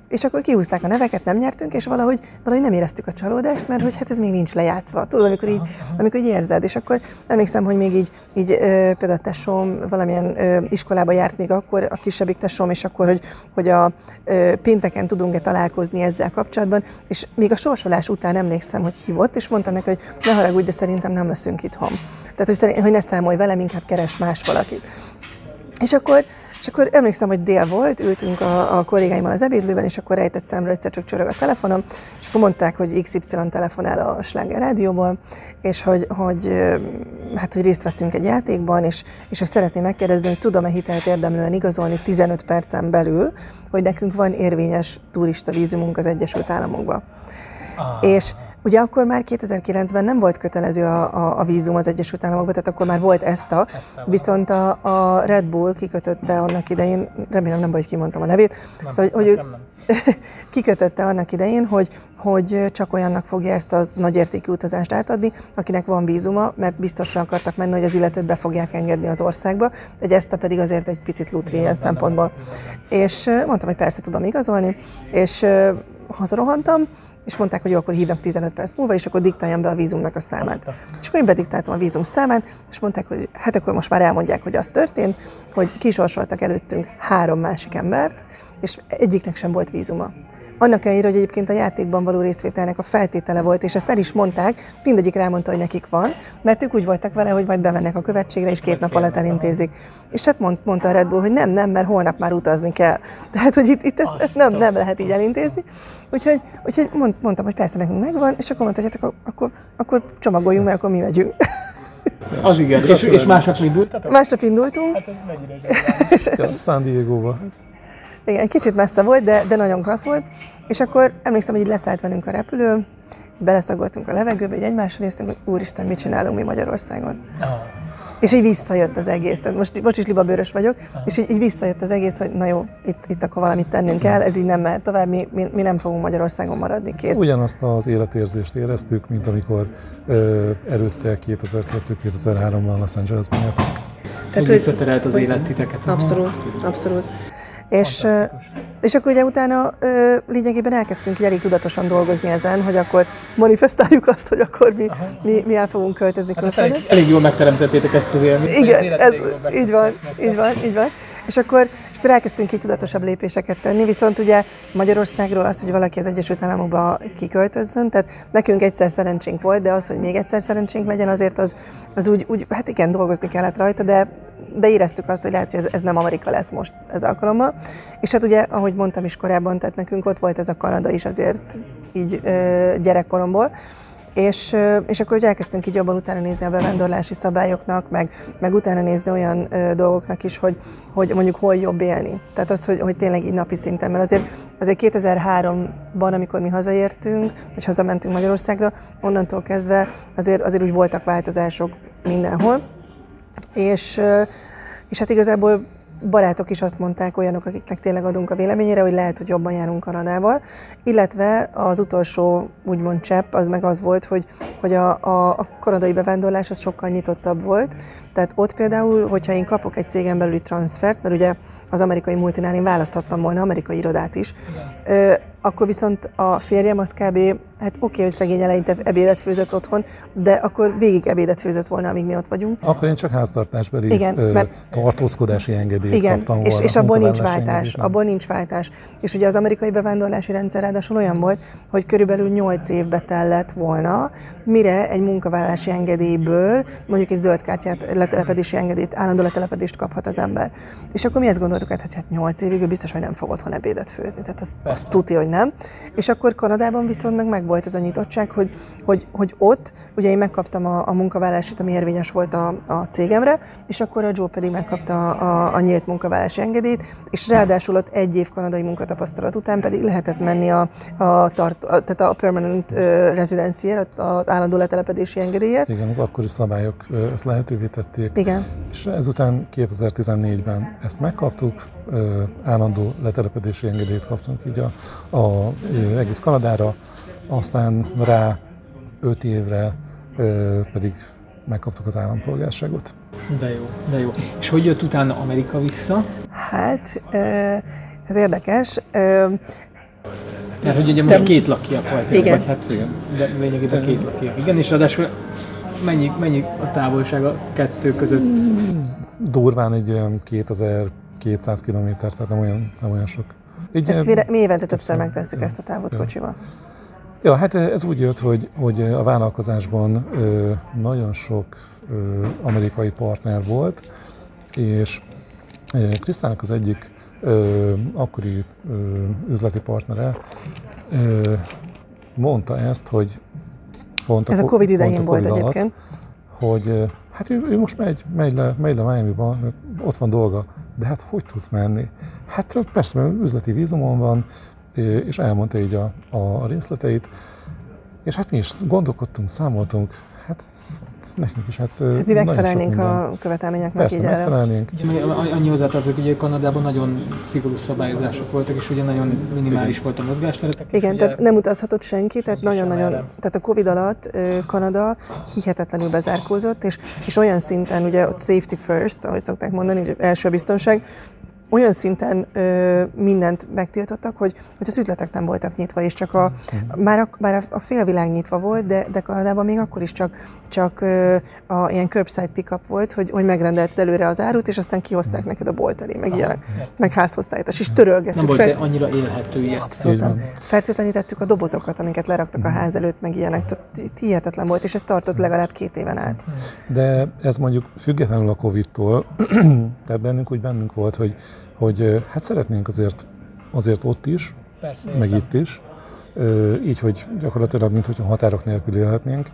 és akkor kihúzták a neveket, nem nyertünk, és valahogy, valahogy nem éreztük a csalódást, mert hogy hát ez még nincs lejátszva. Tudod, amikor így, amikor így érzed, és akkor emlékszem, hogy még így, így ö, például a tesóm valamilyen ö, iskolába járt még akkor, a kisebbik tesóm, és akkor, hogy, hogy a ö, pénteken tudunk-e találkozni ezzel kapcsolatban, és még a sorsolás után emlékszem, hogy hívott, és mondtam neki, hogy ne haragudj, de szerintem nem leszünk itthon. Tehát, hogy, szerint, hogy ne számolj velem, inkább keres más valakit. És akkor És akkor emlékszem, hogy dél volt, ültünk a, a kollégáimmal az ebédlőben, és akkor rejtett számra egyszer csak csörög a telefonom, és akkor mondták, hogy iksz ipszilon telefonál a Sláger Rádióból, és hogy, hogy, hát, hogy részt vettünk egy játékban, és, és hogy szeretném megkérdezni, hogy tudom-e hitelt érdemlően igazolni tizenöt percen belül, hogy nekünk van érvényes turista vízumunk az Egyesült Államokba. Ah. És ugye akkor már kétezer-kilencben nem volt kötelező a, a, a vízum az Egyesült Államokban, tehát akkor már volt ESTA, viszont a, a Red Bull kikötötte annak idején, remélem nem baj, hogy kimondtam a nevét, nem, szóval, hogy ő kikötötte annak idején, hogy, hogy csak olyannak fogja ezt a nagyértékű utazást átadni, akinek van vízuma, mert biztosra akartak menni, hogy az illetőt be fogják engedni az országba, egy ESTA pedig azért egy picit lútri ilyen szempontból. És mondtam, hogy persze tudom igazolni, és hazarohantam, és mondták, hogy jó, akkor hívnak tizenöt perc múlva, és akkor diktáljam be a vízumnak a számát. Aztán. És akkor én bediktáltam a vízum számát, és mondták, hogy hát akkor most már elmondják, hogy az történt, hogy kisorsoltak előttünk három másik embert, és egyiknek sem volt vízuma. Annak ellenére, hogy egyébként a játékban való részvételnek a feltétele volt, és ezt el is mondták, mindegyik rámondta, hogy nekik van, mert ők úgy voltak vele, hogy majd bemennek a követségre, és két nap alatt elintézik. És hát mond, mondta a Red Bull, hogy nem, nem, mert holnap már utazni kell. Tehát, hogy itt, itt ezt, ezt nem, nem lehet így elintézni. Úgyhogy, úgyhogy mond, mondtam, hogy persze nekünk megvan, és akkor mondta, hogy hát akkor, akkor, akkor csomagoljunk, mert akkor mi megyünk. Az igen, és, és másnap indultatok? Másnap indultunk. Hát ez mennyire ja, San Diego-ba. Igen, kicsit messze volt, de, de nagyon klassz volt. És akkor emlékszem, hogy így leszállt velünk a repülő, beleszagoltunk a levegőbe, így egymásra néztünk, hogy úristen, mit csinálunk mi Magyarországon. Oh. És így visszajött az egész. Tehát most, most is libabőrös vagyok, oh. és így, így visszajött az egész, hogy na jó, itt, itt akkor valamit tennünk kell, ez így nem mehet tovább, mi, mi, mi nem fogunk Magyarországon maradni, kész. Ugyanazt az életérzést éreztük, mint amikor ö, előtte kétezer-kettő-kétezer-háromban Los Angelesben jártunk. Tehát, hogy visszaterelt az élet titeket. Abszolút, abszolút. És, és akkor ugye utána ö, lényegében elkezdtünk így elég tudatosan dolgozni ezen, hogy akkor manifestáljuk azt, hogy akkor mi, mi, mi el fogunk költözni hát külföldre. Elég, elég jól megteremtettétek ezt az élményt. Igen, ez, így van, így van, így van. És akkor, és akkor elkezdtünk így tudatosabb lépéseket tenni, viszont ugye Magyarországról az, hogy valaki az Egyesült Államokba kiköltözzön, tehát nekünk egyszer szerencsénk volt, de az, hogy még egyszer szerencsénk legyen, azért az, az úgy, úgy, hát igen, dolgozni kellett rajta, de de éreztük azt, hogy lehet, hogy ez, ez nem Amerika lesz most ez alkalommal. És hát ugye, ahogy mondtam is korábban, tehát nekünk ott volt ez a Kanada is azért így ö, gyerekkoromból. És, és akkor ugye elkezdtünk így jobban utána nézni a bevándorlási szabályoknak, meg, meg utána nézni olyan ö, dolgoknak is, hogy, hogy mondjuk hol jobb élni. Tehát az, hogy, hogy tényleg így napi szinten, mert azért, azért kétezer-háromban, amikor mi hazaértünk, vagy hazamentünk Magyarországra, onnantól kezdve azért, azért úgy voltak változások mindenhol. És, és hát igazából barátok is azt mondták, olyanok, akiknek tényleg adunk a véleményére, hogy lehet, hogy jobban járunk Kanadával. Illetve az utolsó úgymond csepp az meg az volt, hogy, hogy a, a, a kanadai bevándorlás az sokkal nyitottabb volt. Tehát ott például, hogyha én kapok egy cégen belüli transfert, mert ugye az amerikai multinál én választhattam volna amerikai irodát is, ö, akkor viszont a férjem az kb. Hát oké, hogy szegény eleinte ebédet főzött otthon, de akkor végig ebédet főzött volna, amíg mi ott vagyunk. Akkor én csak háztartásbeli igen, ö, mert, tartózkodási engedélyt igen, kaptam és, volna. És abból nincs váltás, abból nincs váltás. És ugye az amerikai bevándorlási rendszer ráadásul olyan volt, hogy körülbelül nyolc évbe tellett volna, mire egy munkavállalási engedélyből mondjuk egy zöld kártyát, letelepedési engedélyt, állandó letelepedést kaphat az ember. És akkor mi ezt gondoltuk, hát, hogy hát nyolc évig ő biztos, hogy nem fog otthon ebédet főzni. Tehát az, az tuti, hogy nem. És akkor Kanadában viszont meg megvolt ez a nyitottság, hogy, hogy, hogy ott, ugye én megkaptam a, a munkavállalásit, ami érvényes volt a, a cégemre, és akkor a Joe pedig megkapta a, a, a nyílt munkavállalási engedélyt, és ráadásul ott egy év kanadai munkatapasztalat után pedig lehetett menni a, a, tart, a, tehát a permanent uh, residencyért, az állandó letelepedési engedélyért. Igen, az akkori szabályok ezt lehetővé tették. Igen. És ezután kétezer-tizennégyben ezt megkaptuk, állandó letelepedési engedélyt kaptunk így a, a, a egész Kanadára, aztán rá öt évre pedig megkaptuk az állampolgárságot. De jó, de jó. És hogy jött utána Amerika vissza? Hát, ez érdekes. Mert hogy ugye most két lakiak vagytok, Igen. vagy hát igen, de lényegében két lakiak. Igen, és ráadásul mennyi, mennyi a távolság a kettő között? Durván egy olyan kétezer-kétszáz kilométer, tehát nem olyan, nem olyan sok. Így Ezt ilyen- mi, mi évente többször megtesszük ezt a távot Ja. kocsival. Ja, hát ez úgy jött, hogy, hogy a vállalkozásban ö, nagyon sok ö, amerikai partner volt, és ö, Krisztának az egyik ö, akkori ö, üzleti partnere ö, mondta ezt, hogy pont Ez a ko- Covid pont idején volt alatt, egyébként. hogy ö, hát ő, ő most megy, megy le, megy le Miami-ba, mert ott van dolga, de hát hogy tudsz menni? Hát persze, mert üzleti vízumon van, ö, és elmondta így a, a részleteit, és hát mi is gondolkodtunk, számoltunk, hát nekünk is hát Hát mi nagyon sok megfelelnénk minden. a követelményeknek Persze, így erre. megfelelnénk. Ugye még annyi hozzátartozik, hogy Kanadában nagyon szigorú szabályozások voltak, és ugye nagyon minimális volt a mozgásteretek. Igen, ugye- tehát nem utazhatott senki, tehát Senki sem nagyon-nagyon, erre. tehát a Covid alatt ö, Kanada hihetetlenül bezárkózott, és, és olyan szinten, ugye ott safety first, ahogy szokták mondani, hogy első a biztonság, olyan szinten ö, mindent megtiltottak, hogy, hogy az üzletek nem voltak nyitva, és csak a, már a, már a félvilág nyitva volt, de, de Kanadában még akkor is csak, csak ö, a, ilyen curbside pickup volt, hogy, hogy megrendelted előre az árut, és aztán kihozták neked a bolt elé, meg ilyenek, meg házhoztállítás, és törölgettük. Nem volt fel- de annyira élhető ilyen. Abszolút Így nem. van. Fertőtlenítettük a dobozokat, amiket leraktak a ház előtt, meg ilyenek. Tehát itt hihetetlen volt, és ez tartott legalább két éven át. De ez mondjuk függetlenül a Covid-tól, tehát bennünk úgy bennünk volt, hogy, hogy ö, hát szeretnénk azért, azért ott is, Persze, meg értem. itt is, Ö, így, hogy gyakorlatilag, mint hogyha határok nélkül élhetnénk.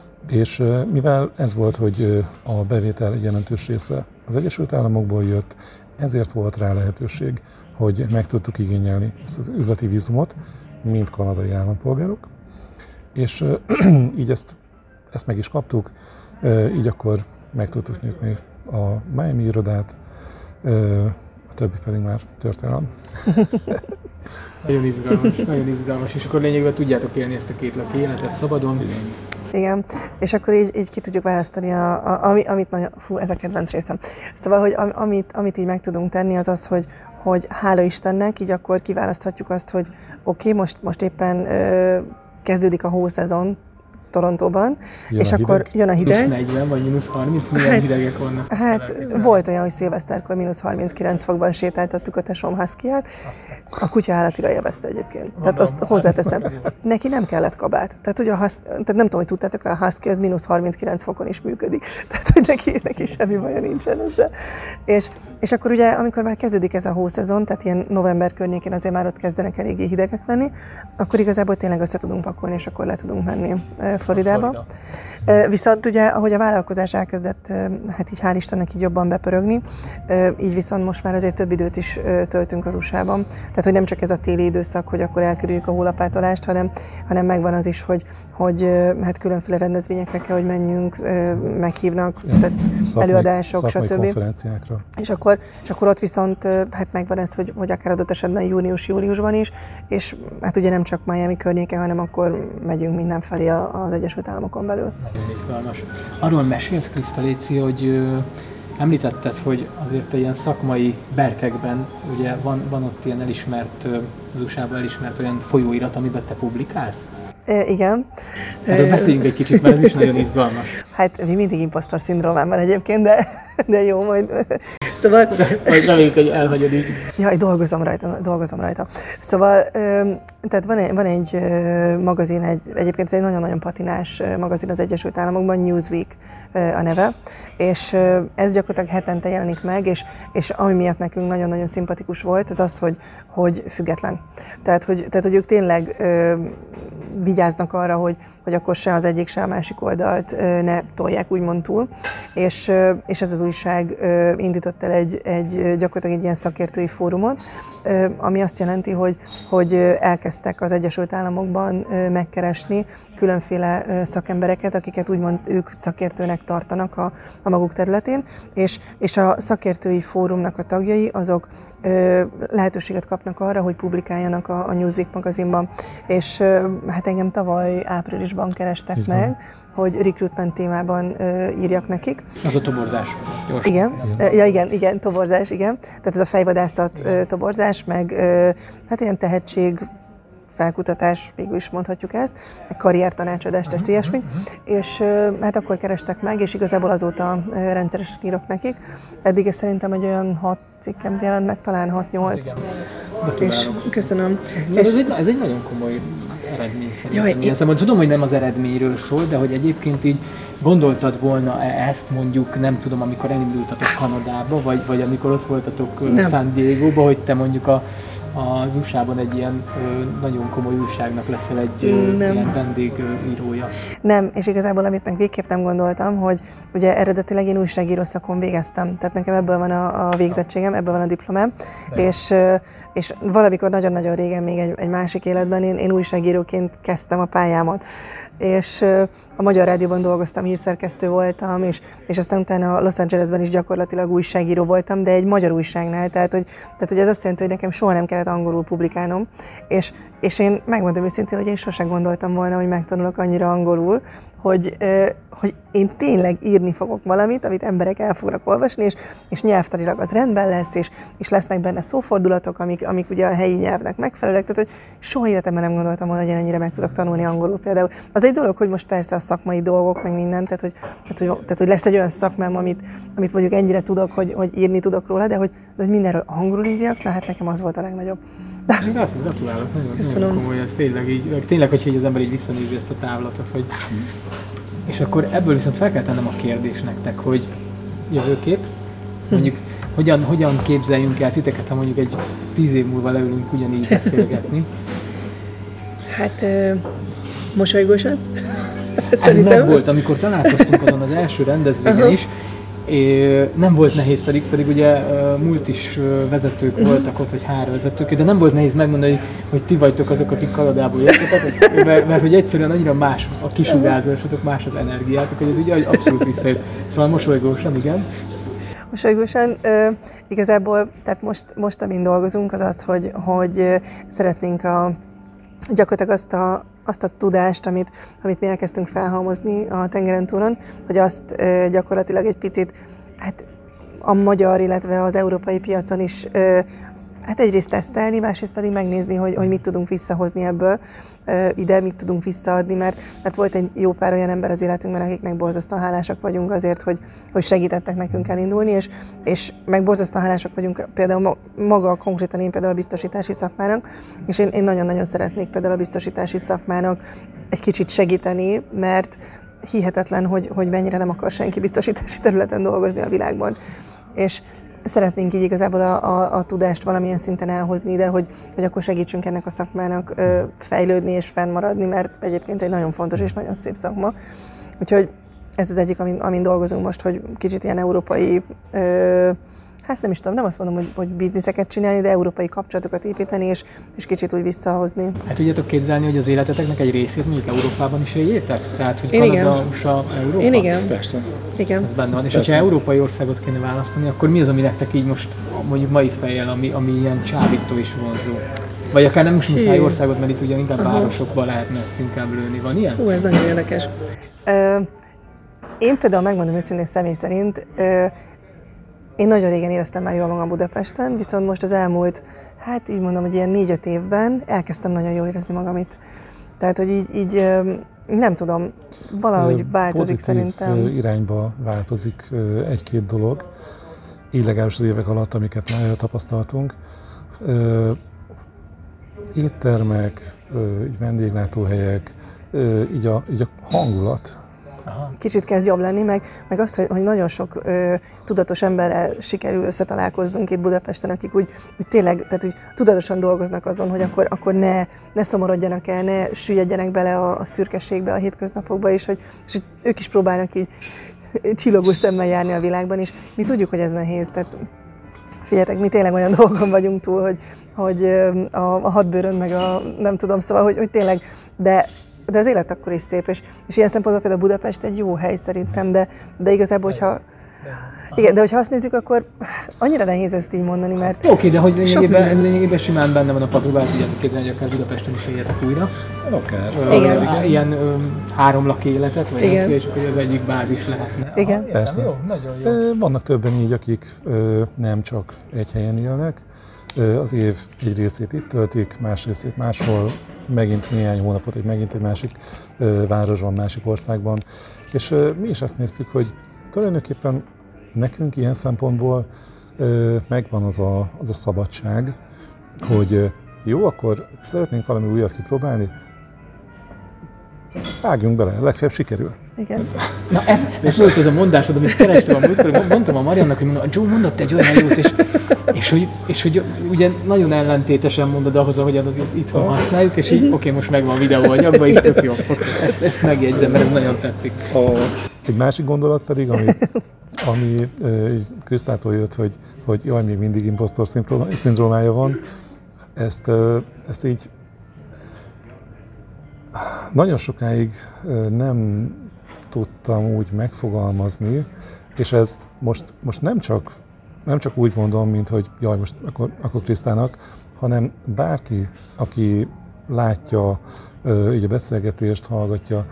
És ö, mivel ez volt, hogy ö, a bevétel egy jelentős része az Egyesült Államokból jött, ezért volt rá lehetőség, hogy meg tudtuk igényelni ezt az üzleti vízumot, mint kanadai állampolgárok. És ö, így ezt, ezt meg is kaptuk, ö, így akkor meg tudtuk nyitni a Miami irodát, ö, a többi pedig már történelem. Nagyon izgalmas, nagyon izgalmas, és akkor lényegében tudjátok élni ezt a két laki életet szabadon. Igen, és akkor így, így ki tudjuk választani, a, a, ami, amit nagyon, fú, ez a kedvenc részem. Szóval, hogy am, amit, amit így meg tudunk tenni, az az, hogy, hogy hála Istennek, így akkor kiválaszthatjuk azt, hogy oké, okay, most, most éppen ö, kezdődik a hószezon Torontóban, Jön és a akkor hideg. jön a Plusz hideg. negyven vagy mínusz harminc, milyen hidegek vannak. Hát volt olyan, hogy szilveszterkor mínusz harminckilenc fokban sétáltattuk a tesóm huskyját. A kutya állatira élvezte egyébként. Tehát azt hozzáteszem. Neki nem kellett kabát. Tehát, hogy a hus, tehát nem tudom, hogy tudtátok, a husky az mínusz harminckilenc fokon is működik. Tehát, hogy neki, neki semmi baja nincsen ezzel. És, és akkor ugye, amikor már kezdődik ez a hószezon, tehát ilyen november környékén azért már ott kezdenek eléggé hidegek lenni, akkor igazából tényleg össze tudunk pakolni, és akkor le tudunk menni eh, Floridába. Florida. Ö, Viszont ugye, ahogy a vállalkozás elkezdett, ö, hát így hál' Istennek így jobban bepörögni, ö, így viszont most már azért több időt is ö, töltünk az u es á-ban. Tehát, hogy nem csak ez a téli időszak, hogy akkor elkerüljük a hólapátolást, hanem, hanem megvan az is, hogy, hogy ö, hát különféle rendezvényekre kell, hogy menjünk, ö, meghívnak, tehát Szakmai- előadások, szakmai stb. konferenciákra. És akkor, és akkor ott viszont ö, hát megvan ez, hogy, hogy akár adott esetben június-júliusban is, és hát ugye nem csak Miami környéke, hanem akkor megyünk mindenfelé a- az Egyesült Államokon belül. Nagyon izgalmas. Arról mesélsz, Kriszta, Léci, hogy ö, említetted, hogy azért te ilyen szakmai berkekben, ugye van, van ott ilyen elismert, ö, az u es á-ban elismert olyan folyóirat, amiben te publikálsz? E, igen. Erről Ö, beszéljünk egy kicsit, mert ez is nagyon izgalmas. Hát mi mindig impostor szindrómám van egyébként, de, de jó, majd. Szóval, Majd reméljük, hogy elhagyod így. jaj, dolgozom rajta, dolgozom rajta. Szóval, ö, tehát van egy, van egy ö, magazin, egy, egyébként egy nagyon-nagyon patinás ö, magazin az Egyesült Államokban, Newsweek ö, a neve, és ö, ez gyakorlatilag hetente jelenik meg, és, és ami miatt nekünk nagyon-nagyon szimpatikus volt, az az, hogy, hogy független. Tehát, hogy, tehát, hogy ők tényleg ö, vigyáznak arra, hogy, hogy akkor se az egyik, se a másik oldalt ö, ne tolják úgymond túl, és, ö, és ez az újság ö, indított el egy, egy ö, gyakorlatilag egy ilyen szakértői fórumot, ö, ami azt jelenti, hogy, hogy ö, elkezdtek az Egyesült Államokban ö, megkeresni különféle ö, szakembereket, akiket úgymond ők szakértőnek tartanak a, a maguk területén, és, és a szakértői fórumnak a tagjai azok ö, lehetőséget kapnak arra, hogy publikáljanak a, a Newsweek magazinban, és ö, hát engem tavaly áprilisban kerestek Így van. meg, hogy recruitment témában ö, írjak nekik. Az a toborzás. Gyors. Igen, igen. Ja, igen, igen, toborzás, igen. Tehát ez a fejvadászat ö, toborzás, meg ö, hát ilyen tehetség felkutatás, végül is mondhatjuk ezt, egy karriertanácsadás, test ilyesmi, és hát akkor kerestek meg, és igazából azóta rendszeresen írok nekik. Eddig ez szerintem egy olyan hat cikkem jelent meg, talán hat-nyolc. És köszönöm. Ez, ez, egy, ez egy nagyon komoly eredmény szerintem. Jaj, én... Szóval tudom, hogy nem az eredményről szól, de hogy egyébként így gondoltad volna ezt mondjuk, nem tudom, amikor elindultatok Kanadába, vagy, vagy amikor ott voltatok nem. San Diego-ba, hogy te mondjuk a, az u es á-ban egy ilyen ö, nagyon komoly újságnak leszel egy ö, ilyen vendégírója. Nem, és igazából amit meg végképp nem gondoltam, hogy ugye eredetileg én újságíró szakon végeztem, tehát nekem ebből van a, a végzettségem, ebből van a diplomám, és, és valamikor nagyon-nagyon régen még egy, egy másik életben én, én újságíróként kezdtem a pályámat. És a Magyar Rádióban dolgoztam, hírszerkesztő voltam, és, és aztán utána Los Angelesben is gyakorlatilag újságíró voltam, de egy magyar újságnál, tehát hogy, tehát hogy ez azt jelenti, hogy nekem soha nem kellett angolul publikálnom, és, és én megmondom őszintén, hogy én sosem gondoltam volna, hogy megtanulok annyira angolul, hogy, hogy én tényleg írni fogok valamit, amit emberek el fognak olvasni, és, és nyelvtanilag az rendben lesz, és, és lesznek benne szófordulatok, amik, amik ugye a helyi nyelvnek megfelelőek, tehát hogy soha életemben nem gondoltam volna, hogy én ennyire meg tudok tanulni angolul például. Az egy dolog, hogy most persze a szakmai dolgok, meg minden, tehát hogy, tehát, hogy, tehát, hogy lesz egy olyan szakmám, amit, amit mondjuk ennyire tudok, hogy, hogy írni tudok róla, de hogy, de hogy mindenről angolul írjak, na hát nekem az volt a legnagyobb. Én azt gratulálok, nagyon, nagyon komoly, ez tényleg így, tényleg, hogy így az ember így visszanézi ezt a távlatot, hogy... És akkor ebből viszont fel kell tennem a kérdés nektek, hogy jövőkép, mondjuk hogyan, hogyan képzeljünk el titeket, ha mondjuk egy tíz év múlva leülünk ugyanígy beszélgetni? Hát mosolygósan. Ez meg volt, amikor találkoztunk azon az első rendezvényen is, É, nem volt nehéz, pedig, pedig ugye uh, multis uh, vezetők uh-huh. voltak ott, vagy hár vezetők, de nem volt nehéz megmondani, hogy, hogy ti vagytok azok, akik Kanadából jöttetek, mert, mert hogy egyszerűen annyira más a kisugárzásotok, más az energiátok, hogy ez így abszolút visszajött. Szóval mosolygósan, igen. Mosolygósan, uh, igazából, tehát most, most amin dolgozunk, az az, hogy, hogy uh, szeretnénk a, gyakorlatilag azt a azt a tudást, amit, amit mi elkezdtünk felhalmozni a tengeren túlon, hogy azt e, gyakorlatilag egy picit hát a magyar, illetve az európai piacon is e, hát egyrészt tesztelni, másrészt pedig megnézni, hogy, hogy mit tudunk visszahozni ebből e, ide, mit tudunk visszaadni, mert, mert volt egy jó pár olyan ember az életünkben, akiknek borzasztóan hálásak vagyunk azért, hogy, hogy segítettek nekünk elindulni, és, és meg borzasztóan hálásak vagyunk például maga konkrétan én például a biztosítási szakmának, és én, én nagyon-nagyon szeretnék például a biztosítási szakmának egy kicsit segíteni, mert hihetetlen, hogy, hogy mennyire nem akar senki biztosítási területen dolgozni a világban. És szeretnénk így igazából a, a, a tudást valamilyen szinten elhozni ide, hogy, hogy akkor segítsünk ennek a szakmának ö, fejlődni és fennmaradni, mert egyébként egy nagyon fontos és nagyon szép szakma. Úgyhogy ez az egyik, amin, amin dolgozunk most, hogy kicsit ilyen európai, ö, hát nem is tudom, nem azt mondom, hogy, hogy bizniszeket csinálni, de európai kapcsolatokat építeni, és, és kicsit úgy visszahozni. Hát tudjátok képzelni, hogy az életeteknek egy részét mondjuk Európában is éljétek? Tehát, hogy Én Kanada, u es á, Európa? Én igen. Persze. Igen. Ez benne van. És ha európai országot kéne választani, akkor mi az, ami nektek így most mondjuk mai fejjel, ami, ami ilyen csábító és vonzó? Vagy akár nem is muszáj országot, mert itt ugye inkább Aha. városokban lehetne ezt inkább lőni. Van ilyen? Hú, ez nagyon érdekes. Ö, én például megmondom őszintén személy szerint, ö, én nagyon régen éreztem már jól magam Budapesten, viszont most az elmúlt, hát így mondom, hogy ilyen négy-öt évben elkezdtem nagyon jól érezni magam itt. Tehát, hogy így, így nem tudom, valahogy változik Pozitív szerintem. irányba változik egy-két dolog, illegális az évek alatt, amiket már tapasztaltunk. Éttermek, vendéglátóhelyek, így a, így a hangulat. Aha. Kicsit kezd jobb lenni, meg, meg azt, hogy, hogy nagyon sok ö, tudatos emberrel sikerül összetalálkoznunk itt Budapesten, akik úgy, úgy tényleg, tehát úgy tudatosan dolgoznak azon, hogy akkor, akkor ne, ne szomorodjanak el, ne süllyedjenek bele a, a szürkeségbe, a hétköznapokba, és hogy, és hogy ők is próbálnak így csillogó szemmel járni a világban, és mi tudjuk, hogy ez nehéz. Tehát figyeljetek, mi tényleg olyan dolgon vagyunk túl, hogy, hogy a, a hadbőrön, meg a nem tudom, szóval, hogy, hogy tényleg, de De az élet akkor is szép, és, és ilyen szempontból például Budapest egy jó hely szerintem, de, de igazából, hogyha, igen, de hogyha azt nézzük, akkor annyira nehéz ezt így mondani, mert... Oké, okay, de hogy lényegében, lényegében simán benne van a pakliba, tudjátok képzelni, hogy akár Budapesten is éljetek újra. Akár. Igen. Ö, ilyen ö, háromlak életet, vagy igen. nem, és akkor az egyik bázis lehetne. Igen. Persze. Jó, nagyon jó. Vannak többen így, akik nem csak egy helyen élnek, az év egy részét itt töltik, más részét máshol, megint néhány hónapot, egy megint egy másik városban, másik országban. És mi is ezt néztük, hogy tulajdonképpen nekünk ilyen szempontból megvan az a, az a szabadság, hogy jó, akkor szeretnénk valami újat kipróbálni, vágjunk bele, legfeljebb sikerül. Igen. Na ez, ez volt az a mondásod, amit kerestem a múltkor, mondtam a Mariannak, hogy a Joe mondott egy olyan jót, és, és, hogy, és hogy ugye nagyon ellentétesen mondod ahhoz, ahogyan az itthon használjuk, és így oké, okay, most megvan a videóanyagban, így tök jó. Ezt, ezt megjegyzem, mert ez nagyon tetszik. A, egy másik gondolat pedig, ami, ami Krisztától jött, hogy, hogy jaj, még mindig impostor szindrómája van, ezt, ezt így nagyon sokáig nem tudtam úgy megfogalmazni, és ez most, most nem, csak, nem csak úgy mondom, mint hogy jaj, most akkor, akkor Krisztának, hanem bárki, aki látja így a beszélgetést, hallgatja,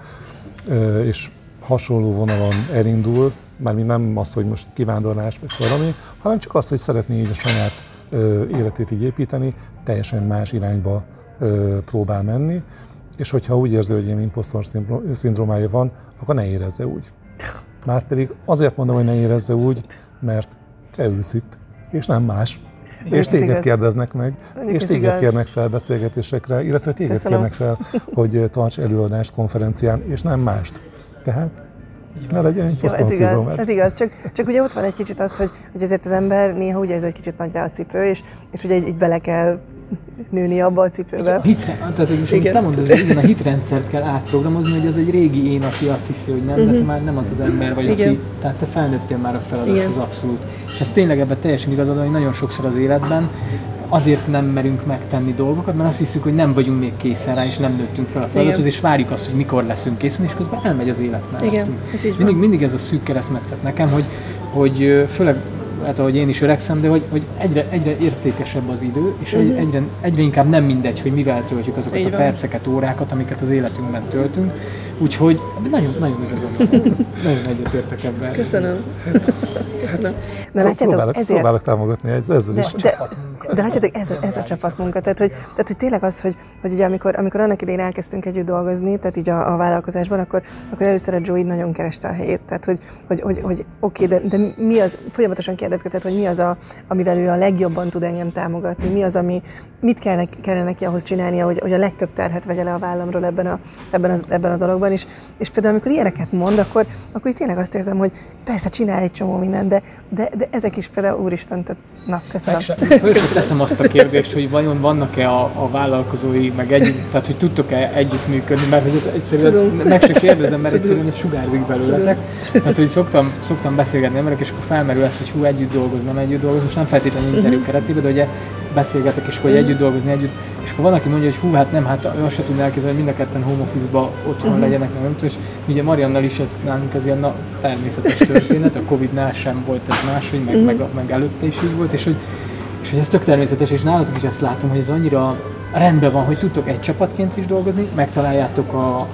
és hasonló vonalon elindul, mármint nem az, hogy most kivándorlás vagy valami, hanem csak az, hogy szeretné így a saját életét így építeni, teljesen más irányba próbál menni. És hogyha úgy érzi, hogy ilyen impostor szindrómája van, akkor ne érezze úgy. Márpedig azért mondom, hogy ne érezze úgy, mert te ülsz itt, és nem más. És ez téged igaz. kérdeznek meg, Mondjuk és ez téged igaz. kérnek fel beszélgetésekre, illetve téged Köszönöm. kérnek fel, hogy tarts előadást konferencián, és nem mást. Tehát ne legyen Jó, impostor ez igaz, szindrómád. ez igaz. Csak, csak ugye ott van egy kicsit az, hogy, hogy azért az ember néha úgy érzi, hogy kicsit nagy rá a cipő, és, és ugye így, így bele kell nőni abba a cipőbe. A hitre, tehát, hogy most, Igen. te mondod, hogy igen, a hitrendszert kell átprogramozni, hogy az egy régi én, aki azt hiszi, hogy nem, uh-huh. de te már nem az az ember vagy, Igen. aki, tehát te felnőttél már a feladathoz Igen. abszolút. És ez tényleg ebben teljesen igazad van, hogy nagyon sokszor az életben azért nem merünk megtenni dolgokat, mert azt hiszük, hogy nem vagyunk még készen rá, és nem nőttünk fel a feladathoz, és várjuk azt, hogy mikor leszünk készen, és közben elmegy az élet mellettünk. Igen, ez így van. mindig, mindig ez a szűk keresztmetszet nekem, hogy, hogy főleg, hát ahogy én is öregszem, de hogy, hogy egyre, egyre értékesebb az idő, és uh-huh. egyre, egyre inkább nem mindegy, hogy mivel töltjük azokat Így a van. perceket, órákat, amiket az életünkben töltünk. Úgyhogy nagyon, nagyon igazad van. Nagyon egyetértek ebben. Köszönöm. Köszönöm. Na látjátok, Próbálok, ezért... próbálok támogatni ezzel De, is. de, de látjátok, ez, ez a csapatmunka. Tehát, hogy, tehát, hogy tényleg az, hogy, hogy ugye amikor, amikor annak idején elkezdtünk együtt dolgozni, tehát így a, a vállalkozásban, akkor, akkor először a Joe így nagyon kereste a helyét. Tehát, hogy, hogy, hogy, hogy oké, okay, de, de mi az, folyamatosan kérdezgetett, hogy mi az, a, amivel ő a legjobban tud engem támogatni, mi az, ami, mit kellene, kellene neki ahhoz csinálnia, hogy, hogy a legtöbb terhet vegye le a vállamról ebben a, ebben, az, ebben a dologban. És, és például, amikor ilyeneket mond, akkor, akkor így tényleg azt érzem, hogy persze csinál egy csomó mindent, de, de, de ezek is például úristen, tehát na, köszönöm. Föl sem teszem azt a kérdést, hogy vajon vannak-e a, a vállalkozói, meg együtt, tehát hogy tudtok-e együttműködni, mert hogy ez egyszerűen Tudom. meg sem kérdezem, mert Tudom. egyszerűen ez sugárzik belőletek. Tehát, hogy szoktam, szoktam beszélgetni emberek, és akkor felmerül ez, hogy hú, együtt dolgozni, nem együtt dolgozni, most nem feltétlenül interjú keretében, de ugye beszélgetek, és hogy együtt dolgozni, együtt, és akkor van, aki mondja, hogy hú, hát nem, hát azt se tudná elképzelni, hogy mind a ketten home office-ba otthon uh-huh. legyenek, nem tudom, és ugye Mariannal is ez nálunk ez ilyen na, természetes történet, a Covid-nál sem volt ez máshogy, meg, uh-huh. meg, meg előtte is így volt, és hogy, és hogy ez tök természetes, és nálatok is ezt látom, hogy ez annyira rendben van, hogy tudtok egy csapatként is dolgozni, megtaláljátok a, a,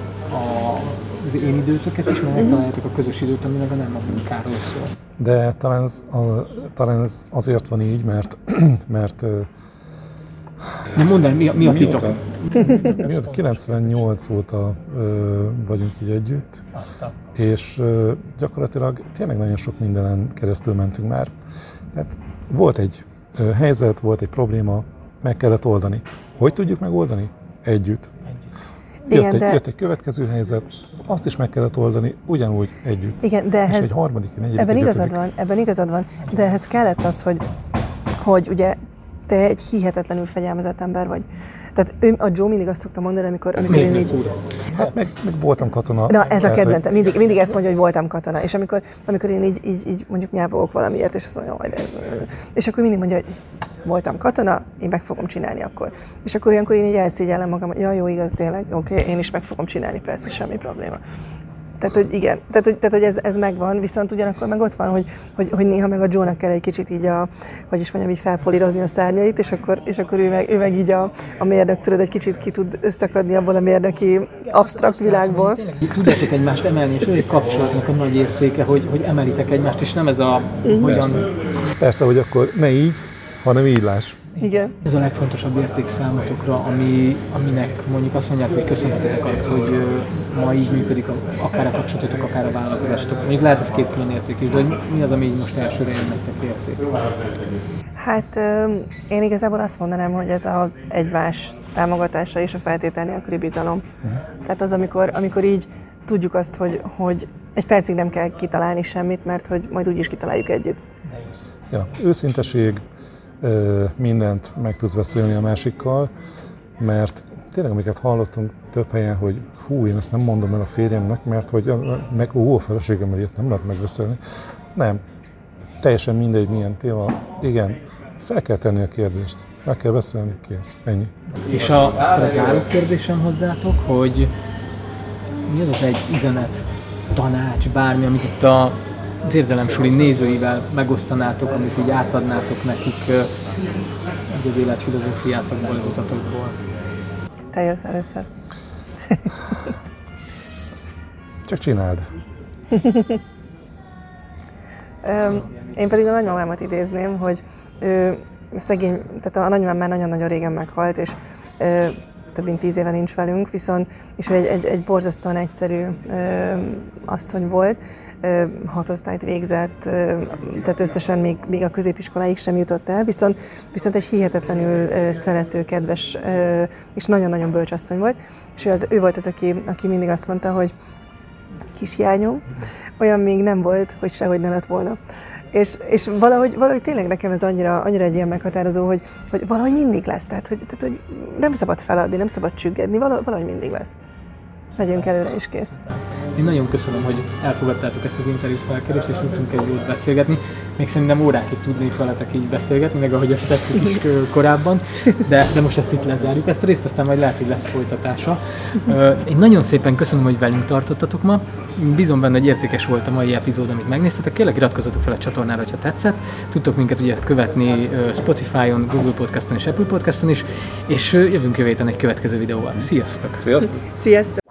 az én időtöket is, meg megtaláljátok a közös időt, ami meg a nem a munkáról szól. De talán ez, a, talán ez azért van így, mert, mert Nem mondd el, mi a, mi a titok? mióta kilencvennyolc óta ö, vagyunk így együtt, Aztán. és ö, gyakorlatilag tényleg nagyon sok mindenen keresztül mentünk már. Tehát volt egy ö, helyzet, volt egy probléma, meg kellett oldani. Hogy tudjuk megoldani? Együtt. Jött, Igen, egy, de- jött egy következő helyzet, azt is meg kellett oldani, ugyanúgy együtt. Igen, de És ehhez, egy harmadik, egy negyedik, ebben egy igazad ötödik. van, ebben igazad van, de ehhez kellett az, hogy, hogy ugye te egy hihetetlenül fegyelmezett ember vagy. Tehát ő, a Joe mindig azt szokta mondani, amikor, amikor Miért én nem így... úr? Hát meg, meg voltam katona. Na, ez a tehát, kedvencem. Mindig, mindig ezt mondja, hogy voltam katona. És amikor, amikor én így, így, így mondjuk nyávogok valamiért, és azt mondja, hogy de... És akkor mindig mondja, hogy voltam katona, én meg fogom csinálni akkor. És akkor olyankor én így elszégyellem magam, hogy ja, jó, igaz, tényleg, oké, okay, én is meg fogom csinálni, persze, semmi probléma. Tehát, hogy igen, tehát, hogy, tehát, hogy ez, ez megvan, viszont ugyanakkor meg ott van, hogy, hogy, hogy néha meg a Joe-nak kell egy kicsit így a, hogy is mondjam, így felpolírozni a szárnyait, és akkor, és akkor ő, meg, ő meg így a, a mérnök, tudod, egy kicsit ki tud összakadni abból a mérnöki absztrakt világból. Tényleg tudjátok egymást emelni, és egy kapcsolatnak a nagy értéke, hogy, hogy emelitek egymást, és nem ez a hogyan... Persze, hogy akkor ne így, hanem így láss. Igen. Ez a legfontosabb érték számotokra, ami, aminek mondjuk azt mondjátok, hogy köszönhetetek azt, hogy ö, ma így működik a, akár a kapcsolatotok, akár a vállalkozásotok. Mondjuk lehet ez két külön érték is, de hogy mi az, ami így most elsőre jön nektek érték? Hát én igazából azt mondanám, hogy ez a egymás támogatása és a feltétel nélküli bizalom. Uh-huh. Tehát az, amikor, amikor így tudjuk azt, hogy, hogy egy percig nem kell kitalálni semmit, mert hogy majd úgyis kitaláljuk együtt. Ja, őszinteség, mindent meg tudsz beszélni a másikkal, mert tényleg amiket hallottunk több helyen, hogy hú, én ezt nem mondom el a férjemnek, mert hogy meg ó, a feleségemmel ilyet nem lehet megbeszélni. Nem. Teljesen mindegy, milyen téma. Igen, fel kell tenni a kérdést. Meg kell beszélni, kész. Ennyi. És a, a záró kérdésem hozzátok, hogy mi az az egy üzenet, tanács, bármi, amit itt a, az Érzelemsuli nézőivel megosztanátok, amit így átadnátok nekik uh, az életfilozófiátokból, az utatokból? Te jössz először. Csak csináld. Én pedig a nagymamámat idézném, hogy ő szegény, tehát a nagymamám már nagyon-nagyon régen meghalt, és ö, több mint tíz éve nincs velünk, viszont és ő egy, egy, egy borzasztóan egyszerű ö, asszony volt, ö, hat osztályt végzett, ö, tehát összesen még, még a középiskoláig sem jutott el, viszont, viszont egy hihetetlenül ö, szerető, kedves ö, és nagyon-nagyon bölcs asszony volt, és ő, az, ő volt az, aki, aki mindig azt mondta, hogy kishiányom, olyan még nem volt, hogy sehogy ne lett volna. És, és valahogy, valahogy tényleg nekem ez annyira, annyira egy ilyen meghatározó, hogy, hogy valahogy mindig lesz, tehát hogy, tehát hogy nem szabad feladni, nem szabad csüggedni, valahogy mindig lesz. Megyünk előre és kész. Én nagyon köszönöm, hogy elfogadtátok ezt az interjú felkérést, és tudtunk egy jót beszélgetni. Még szerintem órákig tudnék veletek így beszélgetni, meg ahogy ezt tettük is korábban, de, de most ezt itt lezárjuk. Ezt a részt aztán majd lehet, hogy lesz folytatása. Én nagyon szépen köszönöm, hogy velünk tartottatok ma. Bízom benne, hogy értékes volt a mai epizód, amit megnéztetek. Kérlek, iratkozzatok fel a csatornára, ha tetszett. Tudtok minket ugye követni Spotify-on, Google Podcaston és Apple Podcaston is, és jövünk jövő héten egy következő videóval. Sziasztok! Sziasztok! Sziasztok!